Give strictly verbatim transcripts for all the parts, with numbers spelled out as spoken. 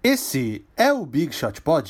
Esse é o Big Shot Pod.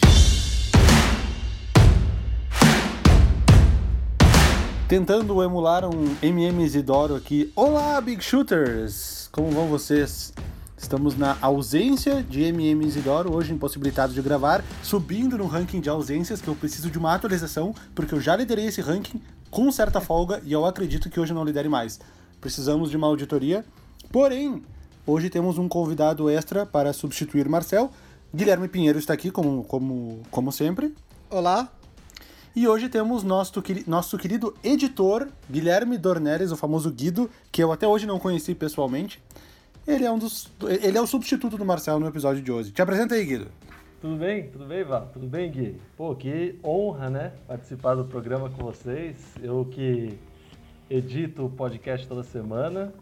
Tentando emular um M M Isidoro aqui. Olá, Big Shooters! Como vão vocês? Estamos na ausência de M M Isidoro, hoje impossibilitado de gravar, subindo no ranking de ausências, que eu preciso de uma atualização, porque eu já liderei esse ranking com certa folga e eu acredito que hoje não lidere mais. Precisamos de uma auditoria, porém, hoje temos um convidado extra para substituir Marcel. Guilherme Pinheiro está aqui, como, como, como sempre. Olá. E hoje temos nosso, nosso querido editor, Guilherme Dornelles, o famoso Guido, que eu até hoje não conheci pessoalmente. Ele é, um dos, ele é o substituto do Marcelo no episódio de hoje. Te apresenta aí, Guido. Tudo bem? Tudo bem, Val? Tudo bem, Gui? Pô, que honra, né? Participar do programa com vocês. Eu que edito o podcast toda semana.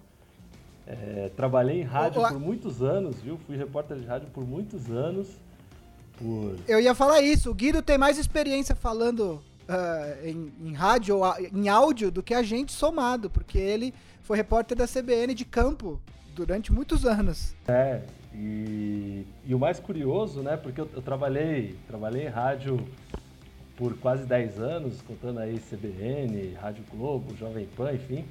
É, trabalhei em rádio por muitos anos, viu? Fui repórter de rádio por muitos anos. Por... Eu ia falar isso, o Guido tem mais experiência falando uh, em, em rádio ou em áudio do que a gente somado, porque ele foi repórter da C B N de campo durante muitos anos. É, e, e o mais curioso, né, porque eu, eu trabalhei, trabalhei em rádio por quase dez anos, contando aí C B N, Rádio Globo, Jovem Pan, enfim,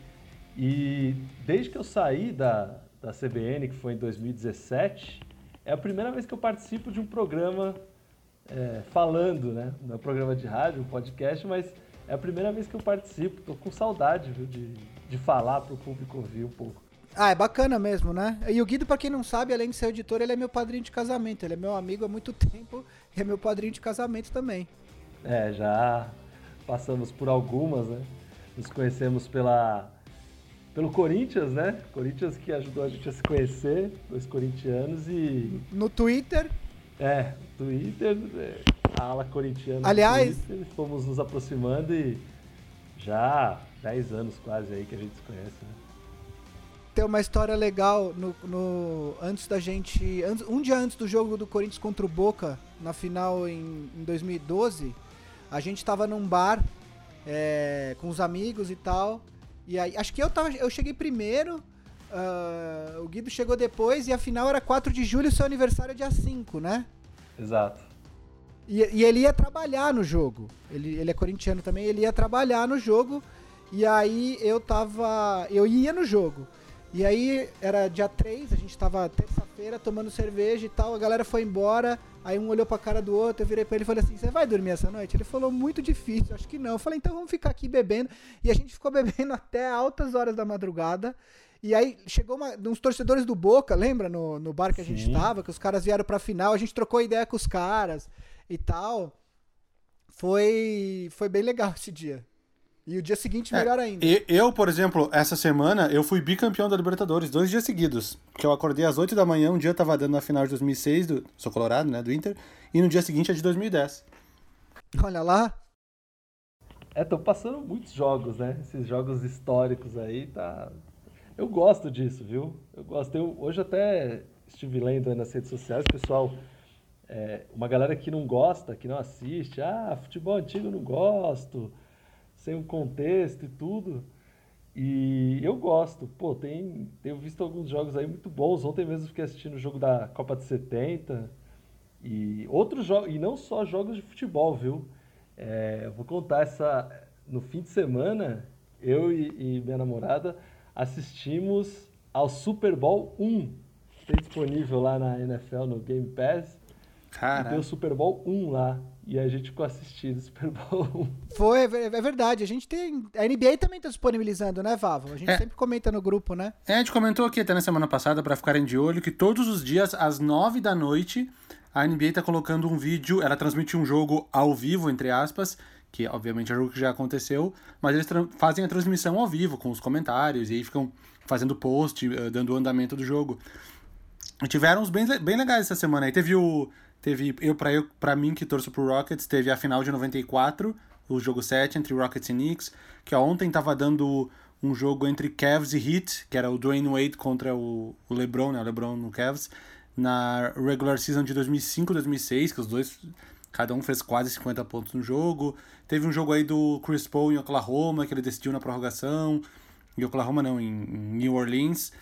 e desde que eu saí da, da C B N, que foi em dois mil e dezessete... é a primeira vez que eu participo de um programa é, falando, né? Não é um programa de rádio, um podcast, mas é a primeira vez que eu participo. Tô com saudade, viu, de, de falar para o público ouvir um pouco. Ah, é bacana mesmo, né? E o Guido, para quem não sabe, além de ser editor, ele é meu padrinho de casamento. Ele é meu amigo há muito tempo e é meu padrinho de casamento também. É, já passamos por algumas, né? Nos conhecemos pela... pelo Corinthians, né? Corinthians que ajudou a gente a se conhecer, dois corintianos e... No Twitter. É, Twitter, a ala corintiana. Aliás... do Twitter, fomos nos aproximando e já dez anos quase aí que a gente se conhece, né? Tem uma história legal no, no, antes da gente... Antes, um dia antes do jogo do Corinthians contra o Boca, na final em, em dois mil e doze, a gente tava num bar é, com os amigos e tal... E aí, acho que eu, tava, eu cheguei primeiro, uh, o Guido chegou depois, e a final era quatro de julho, seu aniversário é dia cinco, né? Exato. E, e ele ia trabalhar no jogo, ele, ele é corintiano também, ele ia trabalhar no jogo, e aí eu tava, eu ia no jogo. E aí era dia três, a gente tava terça-feira tomando cerveja e tal, a galera foi embora, aí um olhou pra cara do outro, eu virei pra ele e falei assim, você vai dormir essa noite? Ele falou, muito difícil, acho que não. Eu falei, então vamos ficar aqui bebendo. E a gente ficou bebendo até altas horas da madrugada. E aí chegou uma, uns torcedores do Boca, lembra? No, no bar que a Sim. gente tava, que os caras vieram pra final, a gente trocou ideia com os caras e tal. Foi, foi bem legal esse dia. E o dia seguinte, melhor é, ainda. Eu, por exemplo, essa semana, eu fui bicampeão da Libertadores, dois dias seguidos. Porque eu acordei às oito da manhã, um dia eu tava dando na final de dois mil e seis, do, sou colorado, né, do Inter, e no dia seguinte é de dois mil e dez. Olha lá. É, tô passando muitos jogos, né, esses jogos históricos aí, tá... Eu gosto disso, viu? Eu gosto. Eu, hoje até estive lendo aí nas redes sociais, pessoal, é, uma galera que não gosta, que não assiste, ah, futebol antigo eu não gosto... sem um contexto e tudo, e eu gosto, pô, tem, tenho visto alguns jogos aí muito bons, ontem mesmo fiquei assistindo o jogo da Copa de setenta, e outros jogos, e não só jogos de futebol, viu, é, eu vou contar essa, no fim de semana, eu e, e minha namorada assistimos ao Super Bowl um, tem disponível lá na N F L, no Game Pass, Caraca. E tem o Super Bowl um lá. E a gente ficou assistindo o Super Bowl um. Foi, é verdade. A gente tem... A N B A também tá disponibilizando, né, Vavo? A gente é. sempre comenta no grupo, né? É, a gente comentou aqui até na semana passada, pra ficarem de olho, que todos os dias, às nove da noite, a N B A tá colocando um vídeo, ela transmite um jogo ao vivo, entre aspas, que obviamente é um jogo que já aconteceu, mas eles fazem a transmissão ao vivo, com os comentários, e aí ficam fazendo post, uh, dando o andamento do jogo. E tiveram uns bem, bem legais essa semana aí. Teve o... Teve, eu pra, eu, pra mim que torço pro Rockets, teve a final de noventa e quatro, o jogo sete entre Rockets e Knicks, que ontem tava dando um jogo entre Cavs e Heat, que era o Dwayne Wade contra o, o LeBron, né, o LeBron no Cavs, na regular season de dois mil e cinco, dois mil e seis, que os dois, cada um fez quase cinquenta pontos no jogo. Teve um jogo aí do Chris Paul em Oklahoma, que ele decidiu na prorrogação, em Oklahoma não, em, em New Orleans.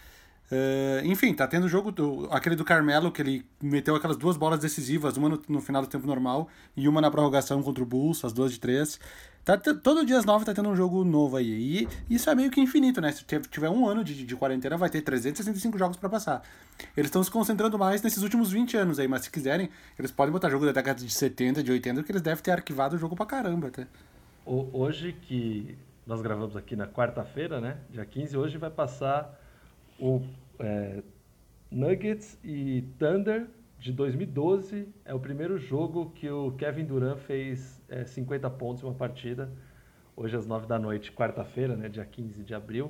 Uh, enfim, tá tendo jogo, do, aquele do Carmelo, que ele meteu aquelas duas bolas decisivas, uma no, no final do tempo normal e uma na prorrogação contra o Bulls, as duas de três. Tá, t- todo dia às nove tá tendo um jogo novo aí. E isso é meio que infinito, né? Se tiver um ano de, de quarentena, vai ter trezentos e sessenta e cinco jogos pra passar. Eles estão se concentrando mais nesses últimos vinte anos aí, mas se quiserem, eles podem botar jogo da década de setenta, de oitenta, que eles devem ter arquivado o jogo pra caramba até. Hoje que nós gravamos aqui na quarta-feira, né? Dia quinze, hoje vai passar o é, Nuggets e Thunder de dois mil e doze. É o primeiro jogo que o Kevin Durant fez é, cinquenta pontos em uma partida. Hoje às nove da noite, quarta-feira, né, dia quinze de abril.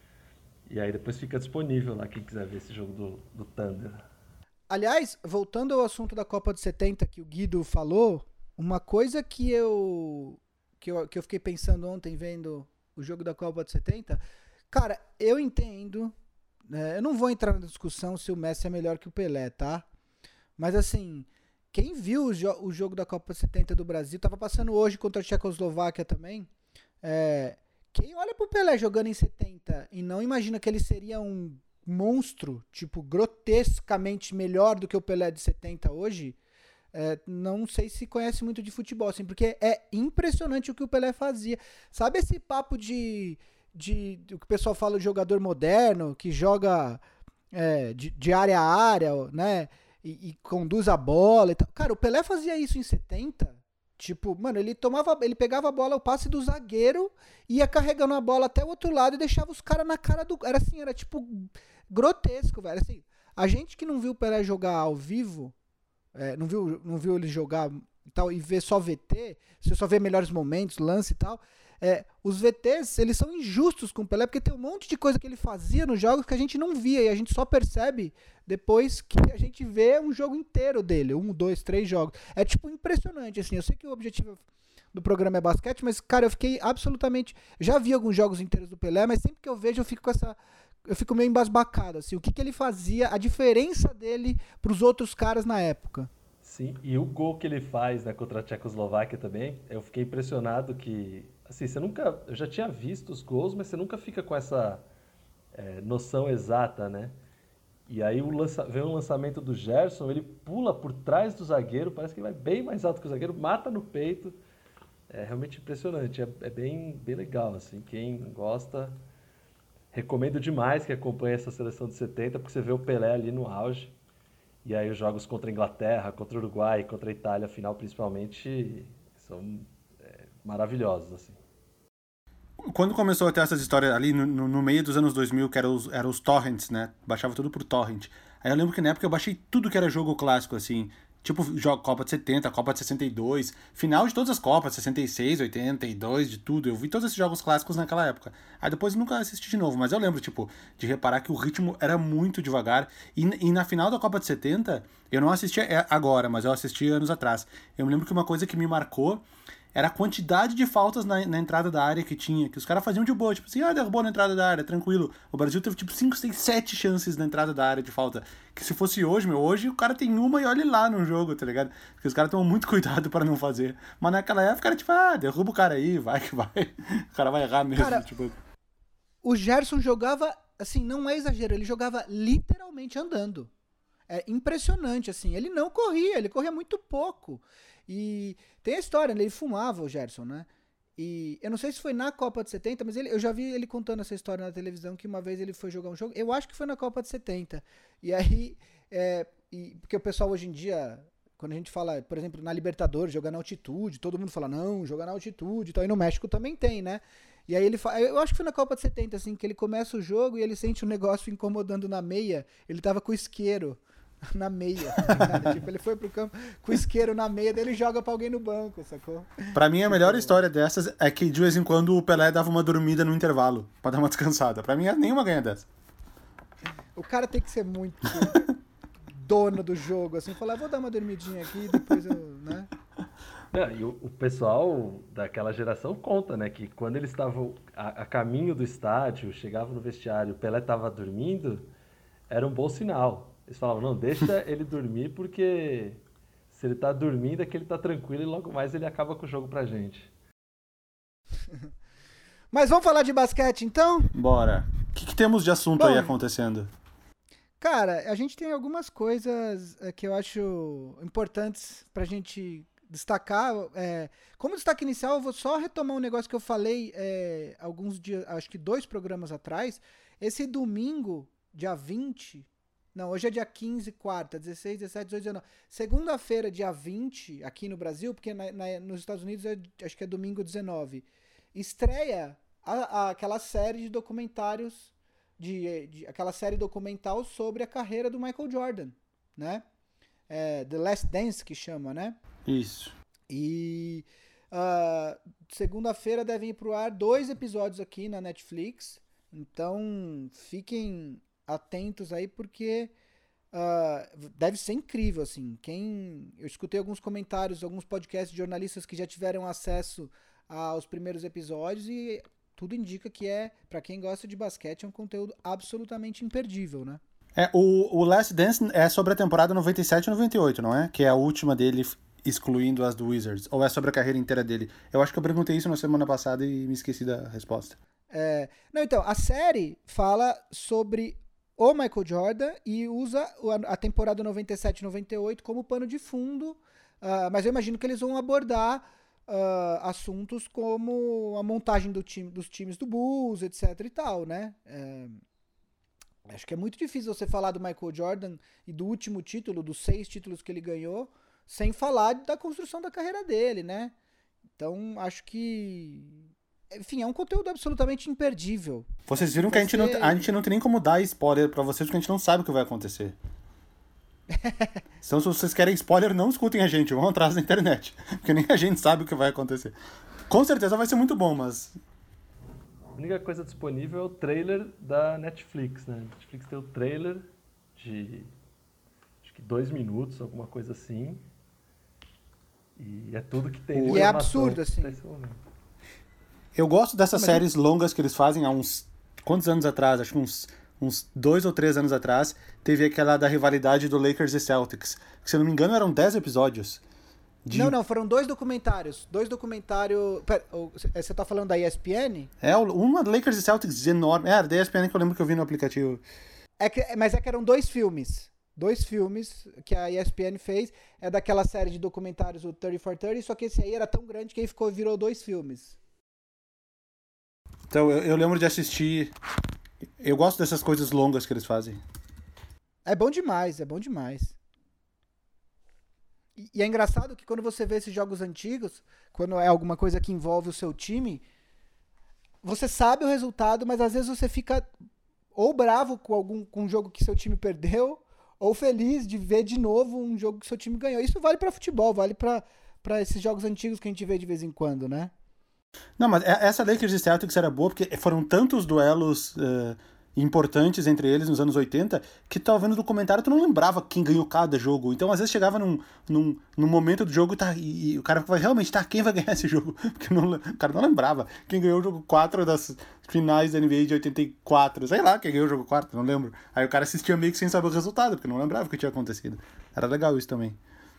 E aí depois fica disponível lá quem quiser ver esse jogo do, do Thunder. Aliás, voltando ao assunto da Copa de setenta que o Guido falou, uma coisa que eu, que eu, que eu fiquei pensando ontem vendo o jogo da Copa de setenta, cara, eu entendo... É, eu não vou entrar na discussão se o Messi é melhor que o Pelé, tá? Mas assim, quem viu o, jo- o jogo da Copa setenta do Brasil, tava passando hoje contra a Tchecoslováquia também, é, quem olha pro Pelé jogando em setenta e não imagina que ele seria um monstro, tipo, grotescamente melhor do que o Pelé de setenta hoje, é, não sei se conhece muito de futebol, assim, porque é impressionante o que o Pelé fazia. Sabe esse papo de... De, do que o pessoal fala de jogador moderno, que joga é, de, de área a área, né? E, e conduz a bola e tal. Cara, o Pelé fazia isso em setenta. Tipo, mano, ele tomava, ele pegava a bola, o passe do zagueiro, ia carregando a bola até o outro lado e deixava os caras na cara do. Era assim, era tipo grotesco, velho. Assim, a gente que não viu o Pelé jogar ao vivo, é, não, viu, não viu ele jogar e tal, e vê só V T, você só vê melhores momentos, lance e tal. É, os V Ts, eles são injustos com o Pelé, porque tem um monte de coisa que ele fazia nos jogos que a gente não via, e a gente só percebe depois que a gente vê um jogo inteiro dele, um, dois, três jogos. É, tipo, impressionante, assim, eu sei que o objetivo do programa é basquete, mas, cara, eu fiquei absolutamente... Já vi alguns jogos inteiros do Pelé, mas sempre que eu vejo eu fico com essa... Eu fico meio embasbacado, assim, o que, que ele fazia, a diferença dele pros outros caras na época. Sim, e o gol que ele faz, né, contra a Tchecoslováquia também, eu fiquei impressionado que... Assim, você nunca... Eu já tinha visto os gols, mas você nunca fica com essa é, noção exata, né? E aí o lança, vem um lançamento do Gerson, ele pula por trás do zagueiro, parece que ele vai bem mais alto que o zagueiro, mata no peito. É realmente impressionante, é, é bem, bem legal, assim. Quem gosta, recomendo demais que acompanhe essa seleção de setenta, porque você vê o Pelé ali no auge. E aí os jogos contra a Inglaterra, contra o Uruguai, contra a Itália, final principalmente, são é, maravilhosos, assim. Quando começou a ter essas histórias ali no, no meio dos anos dois mil, que eram os, eram os torrents, né? Baixava tudo por torrent. Aí eu lembro que na época eu baixei tudo que era jogo clássico, assim. Tipo, jogo, Copa de setenta, Copa de sessenta e dois, final de todas as Copas, sessenta e seis, oitenta e dois, de tudo. Eu vi todos esses jogos clássicos naquela época. Aí depois eu nunca assisti de novo, mas eu lembro, tipo, de reparar que o ritmo era muito devagar. E, e na final da Copa de setenta, eu não assisti agora, mas eu assisti anos atrás. Eu me lembro que uma coisa que me marcou era a quantidade de faltas na, na entrada da área que tinha, que os caras faziam de boa, tipo assim, ah, derrubou na entrada da área, tranquilo. O Brasil teve tipo cinco, seis, sete chances na entrada da área de falta, que se fosse hoje, meu, hoje o cara tem uma e olha lá no jogo, tá ligado? Porque os caras tomam muito cuidado pra não fazer. Mas naquela época era tipo, ah, derruba o cara aí, vai que vai. O cara vai errar mesmo, Cara, tipo... O Gerson jogava, assim, não é exagero, ele jogava literalmente andando. É impressionante, assim, ele não corria, ele corria muito pouco. E tem a história, ele fumava, o Gerson, né? E eu não sei se foi na Copa de setenta, mas ele, eu já vi ele contando essa história na televisão, que uma vez ele foi jogar um jogo, eu acho que foi na Copa de setenta. E aí, é, e, porque o pessoal hoje em dia, quando a gente fala, por exemplo, na Libertadores, jogar na altitude, todo mundo fala, não, jogar na altitude e tal, e no México também tem, né? E aí ele fala, eu acho que foi na Copa de setenta, assim, que ele começa o jogo e ele sente um negócio incomodando na meia, ele tava com o isqueiro na meia, tá tipo, ele foi pro campo com o isqueiro na meia, daí ele joga pra alguém no banco, sacou? Pra mim, a melhor história dessas é que de vez em quando o Pelé dava uma dormida no intervalo, pra dar uma descansada. Pra mim, nenhuma ganha dessa. O cara tem que ser muito dono do jogo, assim, falar, vou dar uma dormidinha aqui, depois eu, né? Não, e o, o pessoal daquela geração conta, né, que quando eles estavam a, a caminho do estádio, chegavam no vestiário, o Pelé tava dormindo, era um bom sinal. Eles falavam, não, deixa ele dormir, porque se ele tá dormindo é que ele tá tranquilo e logo mais ele acaba com o jogo pra gente. Mas vamos falar de basquete, então? Bora. O que, que temos de assunto Bom, aí acontecendo? Cara, a gente tem algumas coisas é, que eu acho importantes pra gente destacar. É, como destaque inicial, eu vou só retomar um negócio que eu falei é, alguns dias, acho que dois programas atrás. Esse domingo, dia vinte. Não, hoje é dia quinze, quarta, dezesseis, dezessete, dezoito, dezenove. Segunda-feira, dia vinte, aqui no Brasil, porque na, na, nos Estados Unidos é, acho que é domingo dezenove. Estreia a, a, aquela série de documentários, de, de, aquela série documental sobre a carreira do Michael Jordan, né? É, The Last Dance, que chama, né? Isso. E uh, segunda-feira devem ir pro ar dois episódios aqui na Netflix. Então, fiquem atentos aí, porque uh, deve ser incrível, assim. Quem eu escutei alguns comentários, alguns podcasts de jornalistas que já tiveram acesso aos primeiros episódios e tudo indica que é, pra quem gosta de basquete, é um conteúdo absolutamente imperdível, né? É, o, o Last Dance é sobre a temporada noventa e sete e noventa e oito, não é? Que é a última dele, excluindo as do Wizards. Ou é sobre a carreira inteira dele? Eu acho que eu perguntei isso na semana passada e me esqueci da resposta. É, não, então, a série fala sobre o Michael Jordan e usa a temporada noventa e sete e noventa e oito como pano de fundo, uh, mas eu imagino que eles vão abordar uh, assuntos como a montagem do time, dos times do Bulls, etc e tal, né? É, acho que é muito difícil você falar do Michael Jordan e do último título, dos seis títulos que ele ganhou, sem falar da construção da carreira dele, né? Então, acho que... Enfim, é um conteúdo absolutamente imperdível. Vocês viram que a gente, não, a gente não tem nem como dar spoiler pra vocês, porque a gente não sabe o que vai acontecer. Então, se vocês querem spoiler, não escutem a gente, vão atrás na internet. Porque nem a gente sabe o que vai acontecer. Com certeza vai ser muito bom, mas... A única coisa disponível é o trailer da Netflix, né? A Netflix tem o trailer de... acho que dois minutos, alguma coisa assim. E é tudo que tem. E é absurdo, assim. Eu gosto dessas Mas séries eu... longas que eles fazem há uns... Quantos anos atrás? Acho que uns, uns dois ou três anos atrás. Teve aquela da rivalidade do Lakers e Celtics. Que, se eu não me engano, eram dez episódios. De... Não, não. Foram dois documentários. Dois documentários... Pera, você tá falando da E S P N? É, uma Lakers e Celtics enorme. É, da E S P N que eu lembro que eu vi no aplicativo. É que, mas é que eram dois filmes. Dois filmes que a E S P N fez. É daquela série de documentários, o trinta por trinta. Só que esse aí era tão grande que aí ficou, virou dois filmes. Então, eu, eu lembro de assistir... Eu gosto dessas coisas longas que eles fazem. É bom demais, é bom demais. E, e é engraçado que quando você vê esses jogos antigos, quando é alguma coisa que envolve o seu time, você sabe o resultado, mas às vezes você fica ou bravo com algum com um jogo que seu time perdeu, ou feliz de ver de novo um jogo que seu time ganhou. Isso vale pra futebol, vale pra, pra esses jogos antigos que a gente vê de vez em quando, né? Não, mas essa Lakers e Celtics era boa porque foram tantos duelos uh, importantes entre eles nos anos oitenta que tu tava vendo o documentário, tu não lembrava quem ganhou cada jogo. Então, às vezes, chegava num, num, num momento do jogo tá, e, e o cara vai realmente, tá, quem vai ganhar esse jogo? Porque não, o cara não lembrava quem ganhou o jogo quatro das finais da N B A de oitenta e quatro. Sei lá quem ganhou o jogo quatro, não lembro. Aí o cara assistia meio que sem saber o resultado, porque não lembrava o que tinha acontecido. Era legal isso também.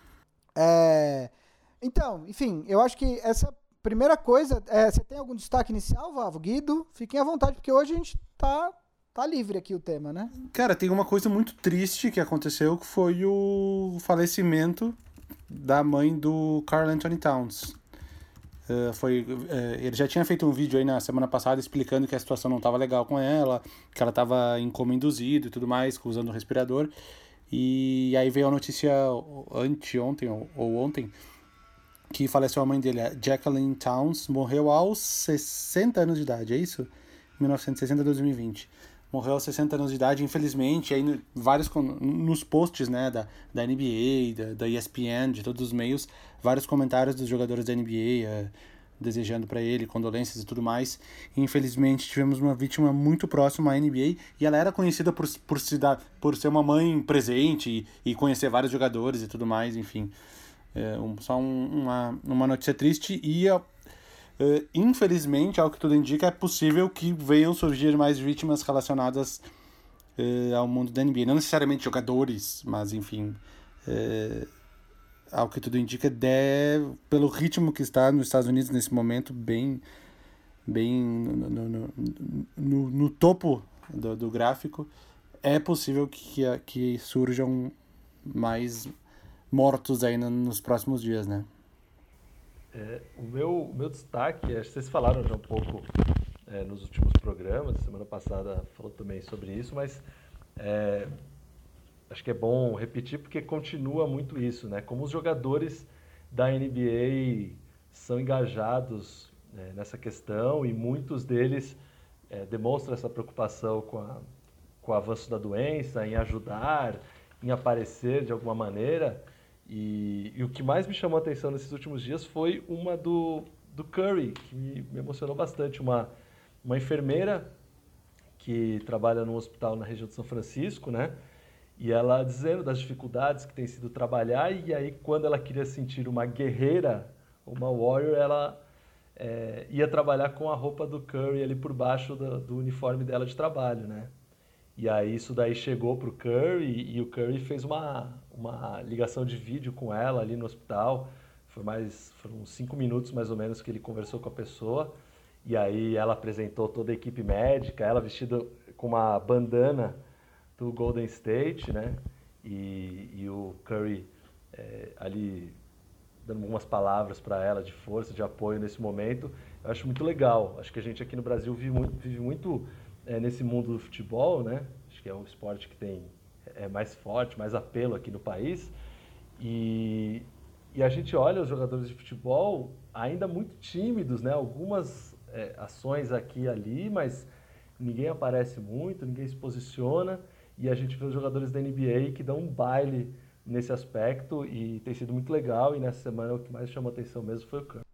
É... Então, enfim, eu acho que essa... Primeira coisa, é, você tem algum destaque inicial, Vavo? Guido? Fiquem à vontade, porque hoje a gente tá, tá livre aqui o tema, né? Cara, tem uma coisa muito triste que aconteceu, que foi o falecimento da mãe do Karl Anthony Towns. Uh, foi, uh, ele já tinha feito um vídeo aí na semana passada explicando que a situação não estava legal com ela, que ela estava em coma induzido e tudo mais, usando o respirador. E aí veio a notícia anteontem ou, ou ontem, que faleceu a mãe dele, a Jacqueline Towns, morreu aos sessenta anos de idade, é isso? mil novecentos e sessenta a dois mil e vinte. Morreu aos sessenta anos de idade, infelizmente, aí no, vários, nos posts, né, da, da N B A, da, da E S P N, de todos os meios, vários comentários dos jogadores da N B A, uh, desejando para ele condolências e tudo mais. E, infelizmente, tivemos uma vítima muito próxima à N B A, e ela era conhecida por, por, se dar, por ser uma mãe presente e, e conhecer vários jogadores e tudo mais, enfim... É, um, só um, uma, uma notícia triste e, uh, infelizmente, ao que tudo indica, é possível que venham surgir mais vítimas relacionadas uh, ao mundo da N B A. Não necessariamente jogadores, mas, enfim, uh, ao que tudo indica, deve, pelo ritmo que está nos Estados Unidos nesse momento, bem, bem no, no, no, no, no topo do, do gráfico, é possível que, que surjam mais mortos aí no, nos próximos dias, né? É, o meu, o meu destaque, acho que vocês falaram já um pouco é, nos últimos programas, semana passada falou também sobre isso, mas é, acho que é bom repetir porque continua muito isso, né? Como os jogadores da N B A são engajados é, nessa questão e muitos deles é, demonstram essa preocupação com, a, com o avanço da doença, em ajudar, em aparecer de alguma maneira. E, e o que mais me chamou a atenção nesses últimos dias foi uma do, do Curry, que me, me emocionou bastante. Uma, uma enfermeira que trabalha num hospital na região de São Francisco, né? E ela dizendo das dificuldades que tem sido trabalhar, e aí quando ela queria sentir uma guerreira, uma warrior, ela é, ia trabalhar com a roupa do Curry ali por baixo do, do uniforme dela de trabalho, né? E aí isso daí chegou pro Curry e, e o Curry fez uma, uma ligação de vídeo com ela ali no hospital. Foi mais, foram uns cinco minutos mais ou menos que ele conversou com a pessoa. E aí ela apresentou toda a equipe médica, ela vestida com uma bandana do Golden State, né? E, e o Curry é, ali dando algumas palavras para ela de força, de apoio nesse momento. Eu acho muito legal. Acho que a gente aqui no Brasil vive muito, vive muito é, nesse mundo do futebol, né? Acho que é um esporte que tem é mais forte, mais apelo aqui no país. E, e a gente olha os jogadores de futebol ainda muito tímidos, né? Algumas é, ações aqui e ali, mas ninguém aparece muito, ninguém se posiciona. E a gente vê os jogadores da N B A que dão um baile nesse aspecto e tem sido muito legal. E nessa semana o que mais chamou a atenção mesmo foi o Curry.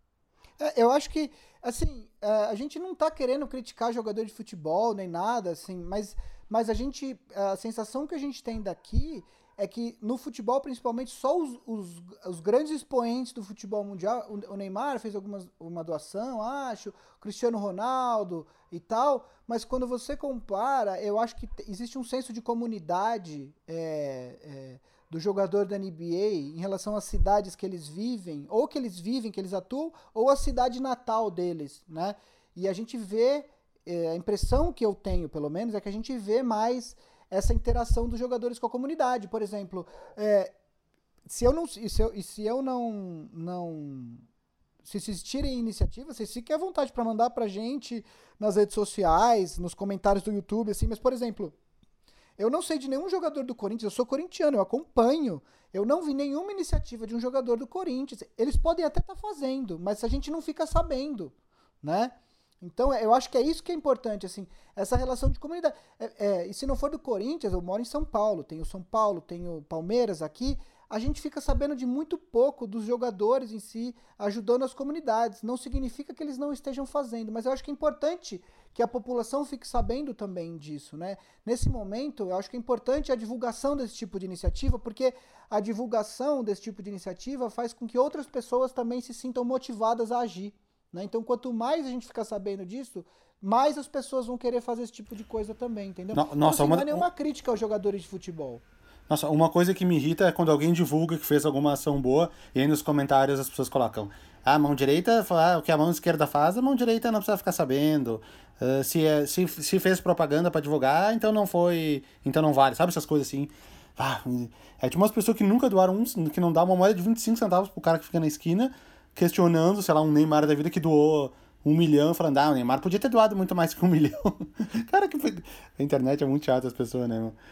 É, eu acho que, assim, a gente não tá querendo criticar jogador de futebol nem nada, assim, mas, mas a gente, a sensação que a gente tem daqui é que no futebol, principalmente, só os, os, os grandes expoentes do futebol mundial, o Neymar fez algumas, uma doação, acho, o Cristiano Ronaldo e tal, mas quando você compara, eu acho que existe um senso de comunidade é, é, do jogador da N B A em relação às cidades que eles vivem, ou que eles vivem, que eles atuam, ou a cidade natal deles, né? E a gente vê, é, a impressão que eu tenho, pelo menos, é que a gente vê mais essa interação dos jogadores com a comunidade. Por exemplo, é, se eu não, se eu, se eu não, não se existirem iniciativas, vocês fiquem à vontade para mandar pra gente nas redes sociais, nos comentários do YouTube, assim, mas, por exemplo, eu não sei de nenhum jogador do Corinthians, eu sou corintiano, eu acompanho, eu não vi nenhuma iniciativa de um jogador do Corinthians. Eles podem até estar tá fazendo, mas a gente não fica sabendo, né? Então, eu acho que é isso que é importante, assim, essa relação de comunidade. É, é, e se não for do Corinthians, eu moro em São Paulo, tenho São Paulo, tenho Palmeiras aqui, a gente fica sabendo de muito pouco dos jogadores em si ajudando as comunidades. Não significa que eles não estejam fazendo, mas eu acho que é importante que a população fique sabendo também disso, né? Nesse momento, eu acho que é importante a divulgação desse tipo de iniciativa, porque a divulgação desse tipo de iniciativa faz com que outras pessoas também se sintam motivadas a agir, né? Então, quanto mais a gente ficar sabendo disso, mais as pessoas vão querer fazer esse tipo de coisa também, entendeu? No, nossa, então, assim, uma... não é nenhuma crítica aos jogadores de futebol. Nossa, uma coisa que me irrita é quando alguém divulga que fez alguma ação boa e aí nos comentários as pessoas colocam: ah, a mão direita, ah, o que a mão esquerda faz, a mão direita não precisa ficar sabendo. Uh, se, é, se, se fez propaganda pra divulgar, então não foi, então não vale. Sabe essas coisas assim? Ah, é tipo umas pessoas que nunca doaram um, que não dá uma moeda de vinte e cinco centavos pro cara que fica na esquina, questionando, sei lá, um Neymar da vida que doou um milhão, falando: ah, o Neymar podia ter doado muito mais que um milhão. Cara, que foi... A internet é muito chata as pessoas, né, mano?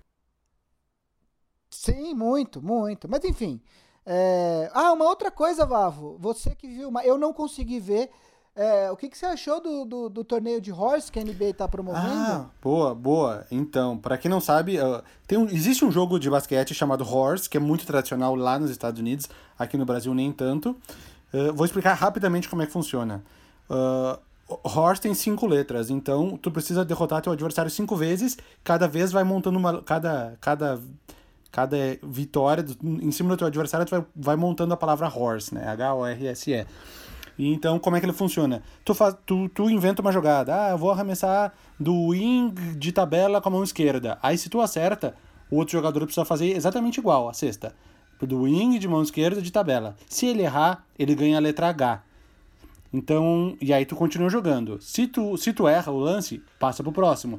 Sim, muito, muito. Mas enfim. É... Ah, uma outra coisa, Vavo. Você que viu, mas eu não consegui ver. É... O que, que você achou do, do, do torneio de Horse que a N B A tá promovendo? Ah, boa, boa. Então, pra quem não sabe, uh, tem um, existe um jogo de basquete chamado Horse, que é muito tradicional lá nos Estados Unidos, aqui no Brasil nem tanto. Uh, vou explicar rapidamente como é que funciona. Uh, Horse tem cinco letras, então tu precisa derrotar teu adversário cinco vezes, cada vez vai montando uma... Cada... cada Cada vitória do, em cima do teu adversário, tu vai, vai montando a palavra horse, né? H O R S E. E então, como é que ele funciona? Tu, faz, tu, tu inventa uma jogada. Ah, eu vou arremessar do wing de tabela com a mão esquerda. Aí, se tu acerta, o outro jogador precisa fazer exatamente igual, a sexta. Do wing de mão esquerda de tabela. Se ele errar, ele ganha a letra H. Então, e aí tu continua jogando. Se tu, se tu erra o lance, passa pro próximo.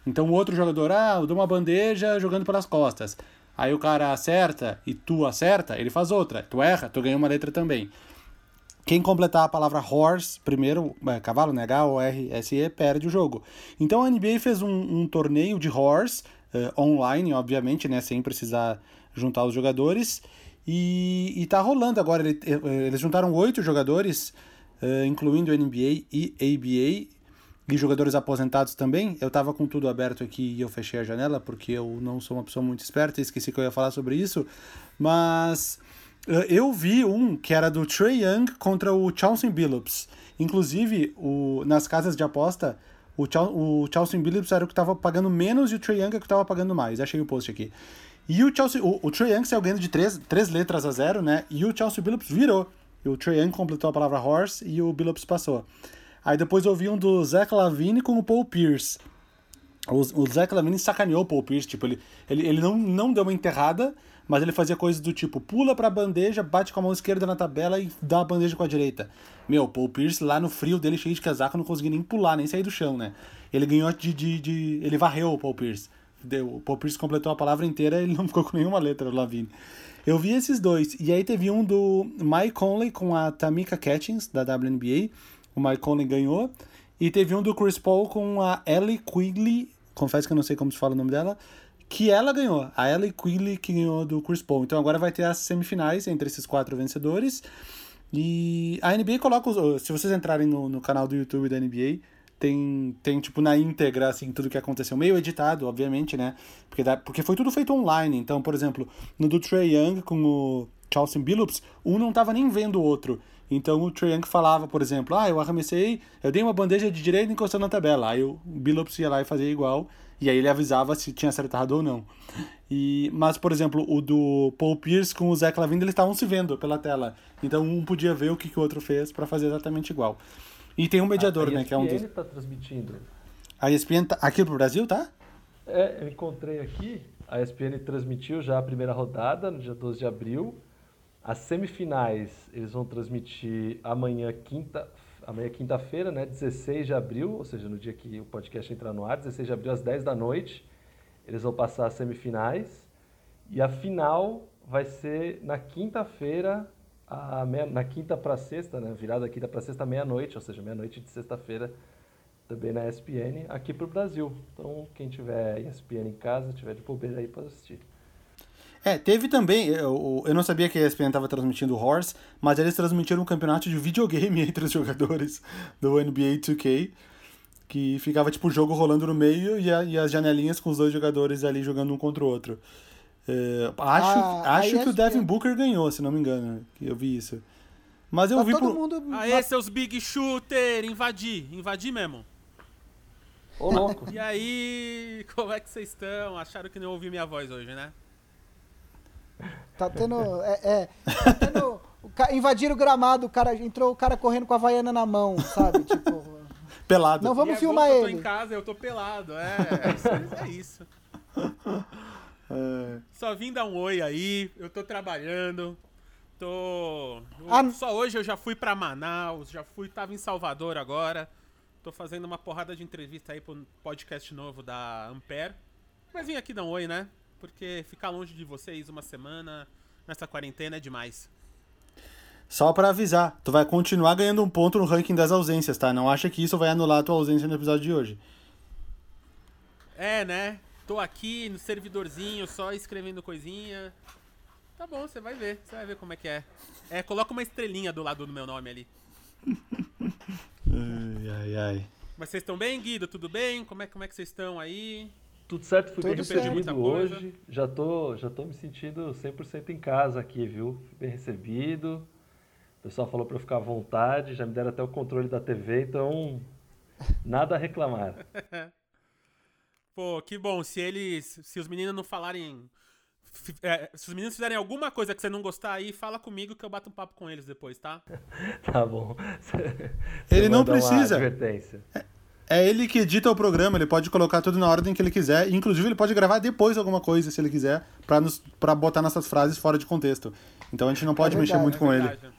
Então o outro jogador, ah, eu dou uma bandeja jogando pelas costas. Aí o cara acerta e tu acerta, ele faz outra. Tu erra, tu ganha uma letra também. Quem completar a palavra horse, primeiro, é, cavalo, né? H O R S E, perde o jogo. Então a N B A fez um, um torneio de horse, uh, online, obviamente, né? Sem precisar juntar os jogadores. E, e tá rolando agora. Ele, eles juntaram oito jogadores, uh, incluindo N B A e A B A. E jogadores aposentados também. Eu tava com tudo aberto aqui e eu fechei a janela, porque eu não sou uma pessoa muito esperta e esqueci que eu ia falar sobre isso. Mas eu vi um que era do Trae Young contra o Chauncey Billups. Inclusive, o, nas casas de aposta, o, Chau, o Chauncey Billups era o que tava pagando menos e o Trae Young é o que tava pagando mais. Achei o post aqui. E o, Chauncey, o, o Trae Young saiu ganhando de três, três letras a zero, né? E o Chauncey Billups virou. E o Trae Young completou a palavra horse e o Billups passou. Aí depois eu vi um do Zach LaVine com o Paul Pierce. O, o Zach LaVine sacaneou o Paul Pierce. Tipo, ele, ele, ele não, não deu uma enterrada, mas ele fazia coisas do tipo, pula pra bandeja, bate com a mão esquerda na tabela e dá a bandeja com a direita. Meu, o Paul Pierce lá no frio dele, cheio de casaco, não conseguia nem pular, nem sair do chão, né? Ele ganhou de... de, de ele varreu o Paul Pierce. Deu, o Paul Pierce completou a palavra inteira e ele não ficou com nenhuma letra, o LaVine. Eu vi esses dois. E aí teve um do Mike Conley com a Tamika Catchings, da W N B A. O Mike Conley ganhou. E teve um do Chris Paul com a Ellie Quigley. Confesso que eu não sei como se fala o nome dela. Que ela ganhou. A Ellie Quigley que ganhou do Chris Paul. Então agora vai ter as semifinais entre esses quatro vencedores. E a N B A coloca... Os, se vocês entrarem no, no canal do YouTube da N B A, tem, tem tipo na íntegra, assim, tudo que aconteceu. Meio editado, obviamente, né? Porque, dá, porque foi tudo feito online. Então, por exemplo, no do Trae Young com o Chauncey Billups, um não tava nem vendo o outro. Então o Trae Young falava, por exemplo, ah, eu arremessei, eu dei uma bandeja de direita encostando na tabela. Aí o Billups ia lá e fazia igual, e aí ele avisava se tinha acertado ou não. E, mas, por exemplo, o do Paul Pierce com o Zach LaVine, eles estavam se vendo pela tela. Então um podia ver o que, que o outro fez para fazer exatamente igual. E tem um mediador, a, a né, que é um dos... A E S P N tá transmitindo. A E S P N tá aqui pro Brasil, tá? É, eu encontrei aqui, a E S P N transmitiu já a primeira rodada, no dia doze de abril. As semifinais eles vão transmitir amanhã, quinta, amanhã quinta-feira, né, dezesseis de abril, ou seja, no dia que o podcast entrar no ar, dezesseis de abril às dez da noite, eles vão passar as semifinais. E a final vai ser na quinta-feira, a meia, na quinta para sexta, né, virada da quinta para sexta, meia-noite, ou seja, meia-noite de sexta-feira, também na E S P N, aqui para o Brasil. Então, quem tiver E S P N em casa, tiver de bobeira aí, pode assistir. É, teve também, eu, eu não sabia que a E S P N estava transmitindo o Horse, mas eles transmitiram um campeonato de videogame entre os jogadores do N B A dois K, que ficava tipo o jogo rolando no meio e, a, e as janelinhas com os dois jogadores ali jogando um contra o outro. É, acho Ah, acho a que o E S P N Devin Booker ganhou, se não me engano, que eu vi isso. Mas eu Tá vi todo por... mundo... Aê, seus big shooter, invadi, invadi mesmo. Ô, louco. E aí, como é que vocês estão? Acharam que não ouvi minha voz hoje, né? Tá tendo... É, é, tá tendo... O ca... Invadiram o gramado, o cara, entrou o cara correndo com a havaiana na mão, sabe? Tipo... Pelado. Não vamos e é filmar bom que eu ele. tô em casa, eu tô pelado, é, é isso. É isso. É... Só vim dar um oi aí, eu tô trabalhando, tô... eu- Ah, só hoje eu já fui pra Manaus, já fui, tava em Salvador agora, tô fazendo uma porrada de entrevista aí pro podcast novo da Ampere, mas vim aqui dar um oi, né? Porque ficar longe de vocês uma semana nessa quarentena é demais. Só pra avisar, tu vai continuar ganhando um ponto no ranking das ausências, tá? Não acha que isso vai anular a tua ausência no episódio de hoje. É, né? Tô aqui no servidorzinho, só escrevendo coisinha. Tá bom, você vai ver. Você vai ver como é que é. É, coloca uma estrelinha do lado do meu nome ali. Ai, ai, ai. Mas vocês estão bem, Guido? Tudo bem? Como é, como é que vocês estão aí? Tudo certo, fui Tudo bem certo. recebido Muita coisa. hoje. Já tô, já tô me sentindo cem por cento em casa aqui, viu? Fui bem recebido. O pessoal falou pra eu ficar à vontade, já me deram até o controle da T V, então nada a reclamar. Pô, que bom. Se eles. Se os meninos não falarem. fi- é, se os meninos fizerem alguma coisa que você não gostar aí, fala comigo que eu bato um papo com eles depois, tá? Tá bom. Ele não manda uma precisa. advertência. É ele que edita o programa, ele pode colocar tudo na ordem que ele quiser. Inclusive, ele pode gravar depois alguma coisa, se ele quiser, pra, nos, pra botar nossas frases fora de contexto. Então a gente não pode É mexer verdade. muito com ele. Verdade.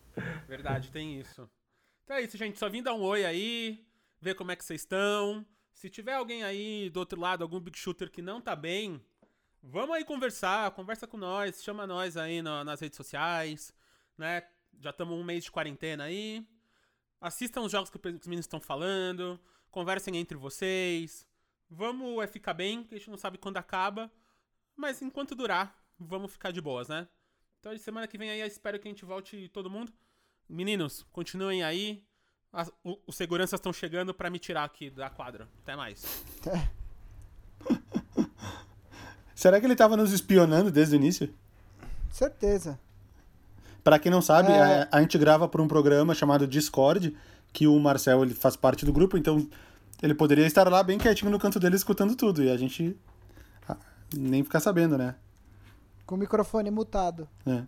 Verdade, tem isso. Então é isso, gente. Só vim dar um oi aí, ver como é que vocês estão. Se tiver alguém aí do outro lado, algum big shooter que não tá bem, vamos aí conversar, conversa com nós, chama nós aí no, nas redes sociais, né? Já estamos um mês de quarentena aí. Assistam os jogos que os meninos estão falando, conversem entre vocês. Vamos é, ficar bem, que a gente não sabe quando acaba, mas enquanto durar, vamos ficar de boas, né? Então, semana que vem aí, eu espero que a gente volte todo mundo. Meninos, continuem aí. As, o, os seguranças estão chegando pra me tirar aqui da quadra. Até mais. Será que ele tava nos espionando desde o início? Certeza. Pra quem não sabe, É... a, a gente grava por um programa chamado Discord, que o Marcel ele faz parte do grupo, então ele poderia estar lá bem quietinho no canto dele escutando tudo, e a gente ah, nem ficar sabendo, né? Com o microfone mutado. É.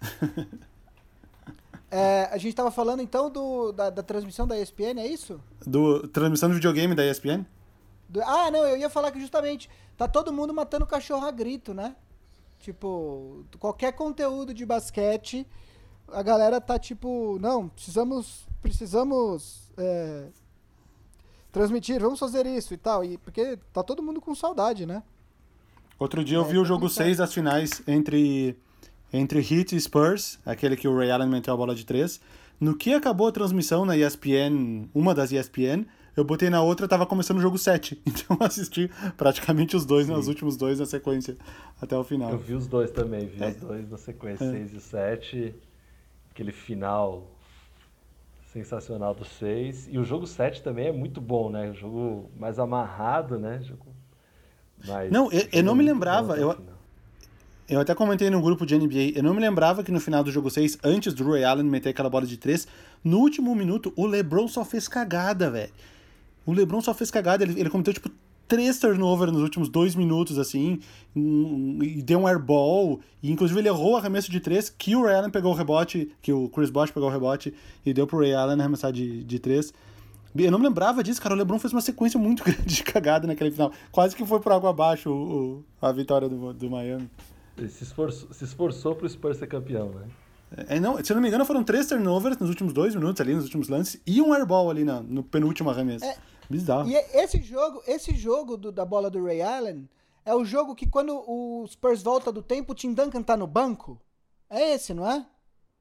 É, a gente tava falando então do, da, da transmissão da E S P N, é isso? Do transmissão de videogame da E S P N? Do, ah, não, eu ia falar que justamente tá todo mundo matando cachorro a grito, né? Tipo, qualquer conteúdo de basquete, a galera tá tipo, não, precisamos, precisamos é, transmitir, vamos fazer isso e tal, e, porque tá todo mundo com saudade, né? Outro dia eu É, vi o tá jogo complicado. seis das finais entre, entre Heat e Spurs, aquele que o Ray Allen meteu a bola de três. No que acabou a transmissão na E S P N, uma das E S P N, eu botei na outra, tava começando o jogo sete. Então eu assisti praticamente os dois, né, os últimos dois na sequência, até o final. Eu vi os dois também, vi É. os dois na sequência, É. seis e sete. Aquele final sensacional do seis. E o jogo sete também é muito bom, né? O jogo mais amarrado, né? Jogo mais, Não, eu, eu não me muito lembrava, bom até eu, o final. eu até comentei num grupo de N B A, eu não me lembrava que no final do jogo seis, antes do Ray Allen meter aquela bola de três, no último minuto o LeBron só fez cagada, velho. O LeBron só fez cagada, ele, ele cometeu tipo três turnovers nos últimos dois minutos, assim, um, e deu um airball, e inclusive ele errou o arremesso de três, que o Ray Allen pegou o rebote, que o Chris Bosh pegou o rebote, e deu pro Ray Allen arremessar de, de três. Eu não me lembrava disso, cara, o LeBron fez uma sequência muito grande de cagada naquele final, quase que foi por água abaixo o, o, a vitória do, do Miami. Ele se esforçou, se esforçou pro Spurs ser campeão, né? É, não, se eu não me engano foram três turnovers nos últimos dois minutos ali, nos últimos lances, e um airball ali na, no penúltimo arremesso. É, Bizarro. E esse jogo, esse jogo do, da bola do Ray Allen é o jogo que quando o Spurs volta do tempo, o Tim Duncan tá no banco? É esse, não é?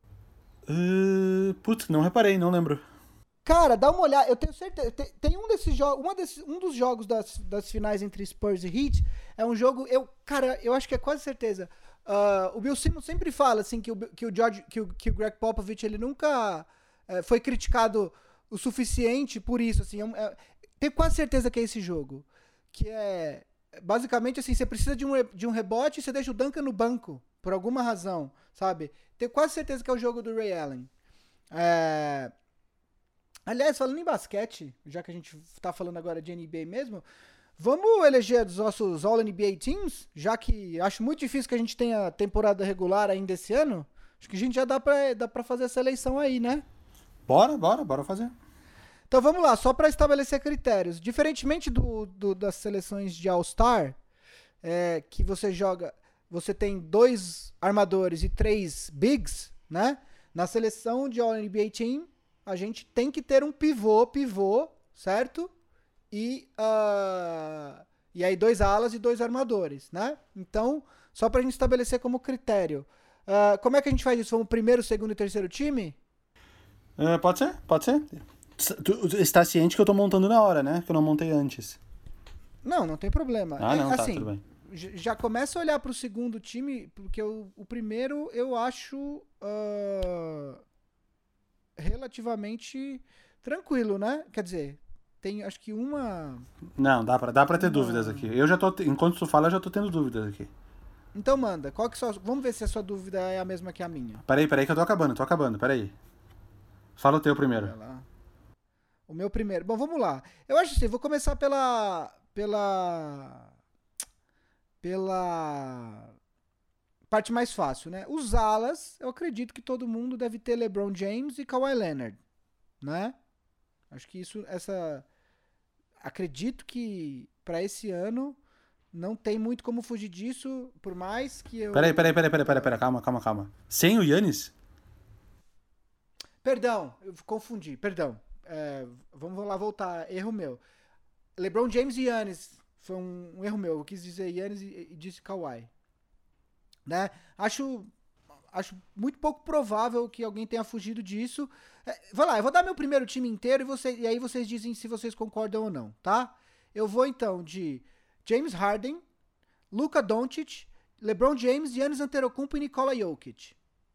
Uh, putz, não reparei, não lembro. Cara, dá uma olhada, eu tenho certeza, tem, tem um desses jogos, uma desses, um dos jogos das, das finais entre Spurs e Heat, é um jogo, eu, cara, eu acho que é quase certeza. Uh, o Bill Simmons sempre fala assim que o, que o George, que o, que o Greg Popovich, ele nunca uh, foi criticado o suficiente por isso, assim, é, é, tenho quase certeza que é esse jogo, que é basicamente assim, você precisa de um, de um rebote e você deixa o Duncan no banco, por alguma razão, sabe? Tenho quase certeza que é o jogo do Ray Allen. É... Aliás, falando em basquete, já que a gente tá falando agora de N B A mesmo, vamos eleger os nossos All-N B A Teams, já que acho muito difícil que a gente tenha temporada regular ainda esse ano. Acho que a gente já dá pra, dá pra fazer essa eleição aí, né? Bora, bora, bora fazer. Então vamos lá, só para estabelecer critérios. Diferentemente do, do, das seleções de All-Star, é, que você joga, você tem dois armadores e três bigs, né? Na seleção de All-N B A Team, a gente tem que ter um pivô, pivô, certo? E, uh, e aí dois alas e dois armadores, né? Então, só pra gente estabelecer como critério. Uh, como é que a gente faz isso? Vamos primeiro, segundo e terceiro time? Uh, pode ser, pode ser. Tu está ciente que eu tô montando na hora, né? Que eu não montei antes. Não, não tem problema. Ah, não, é, tá, assim, tudo bem. Já começa a olhar pro segundo time, porque o, o primeiro eu acho uh, relativamente tranquilo, né? Quer dizer, tem acho que uma... Não, dá pra, dá pra ter uma... dúvidas aqui. Eu já tô, enquanto tu fala, eu já tô tendo dúvidas aqui. Então manda, qual que só... Vamos ver se a sua dúvida é a mesma que a minha. Peraí, peraí que eu tô acabando, tô acabando, peraí. Fala o teu primeiro. O meu primeiro. Bom, vamos lá. Eu acho assim, vou começar pela... Pela... Pela... parte mais fácil, né? Os alas, eu acredito que todo mundo deve ter LeBron James e Kawhi Leonard, né? Acho que isso, essa... Acredito que pra esse ano não tem muito como fugir disso, por mais que eu... Peraí, peraí, peraí, peraí, peraí, peraí, calma, calma, calma. Sem o Giannis? Perdão, eu confundi, perdão. É, vamos lá voltar, erro meu. LeBron James e Giannis. Foi um, um erro meu. Eu quis dizer Giannis e, e disse Kawhi. Né? Acho, acho muito pouco provável que alguém tenha fugido disso. É, vai lá, eu vou dar meu primeiro time inteiro e, você, e aí vocês dizem se vocês concordam ou não, tá? Eu vou então de James Harden, Luka Doncic, LeBron James, Giannis Antetokounmpo e Nikola Jokic.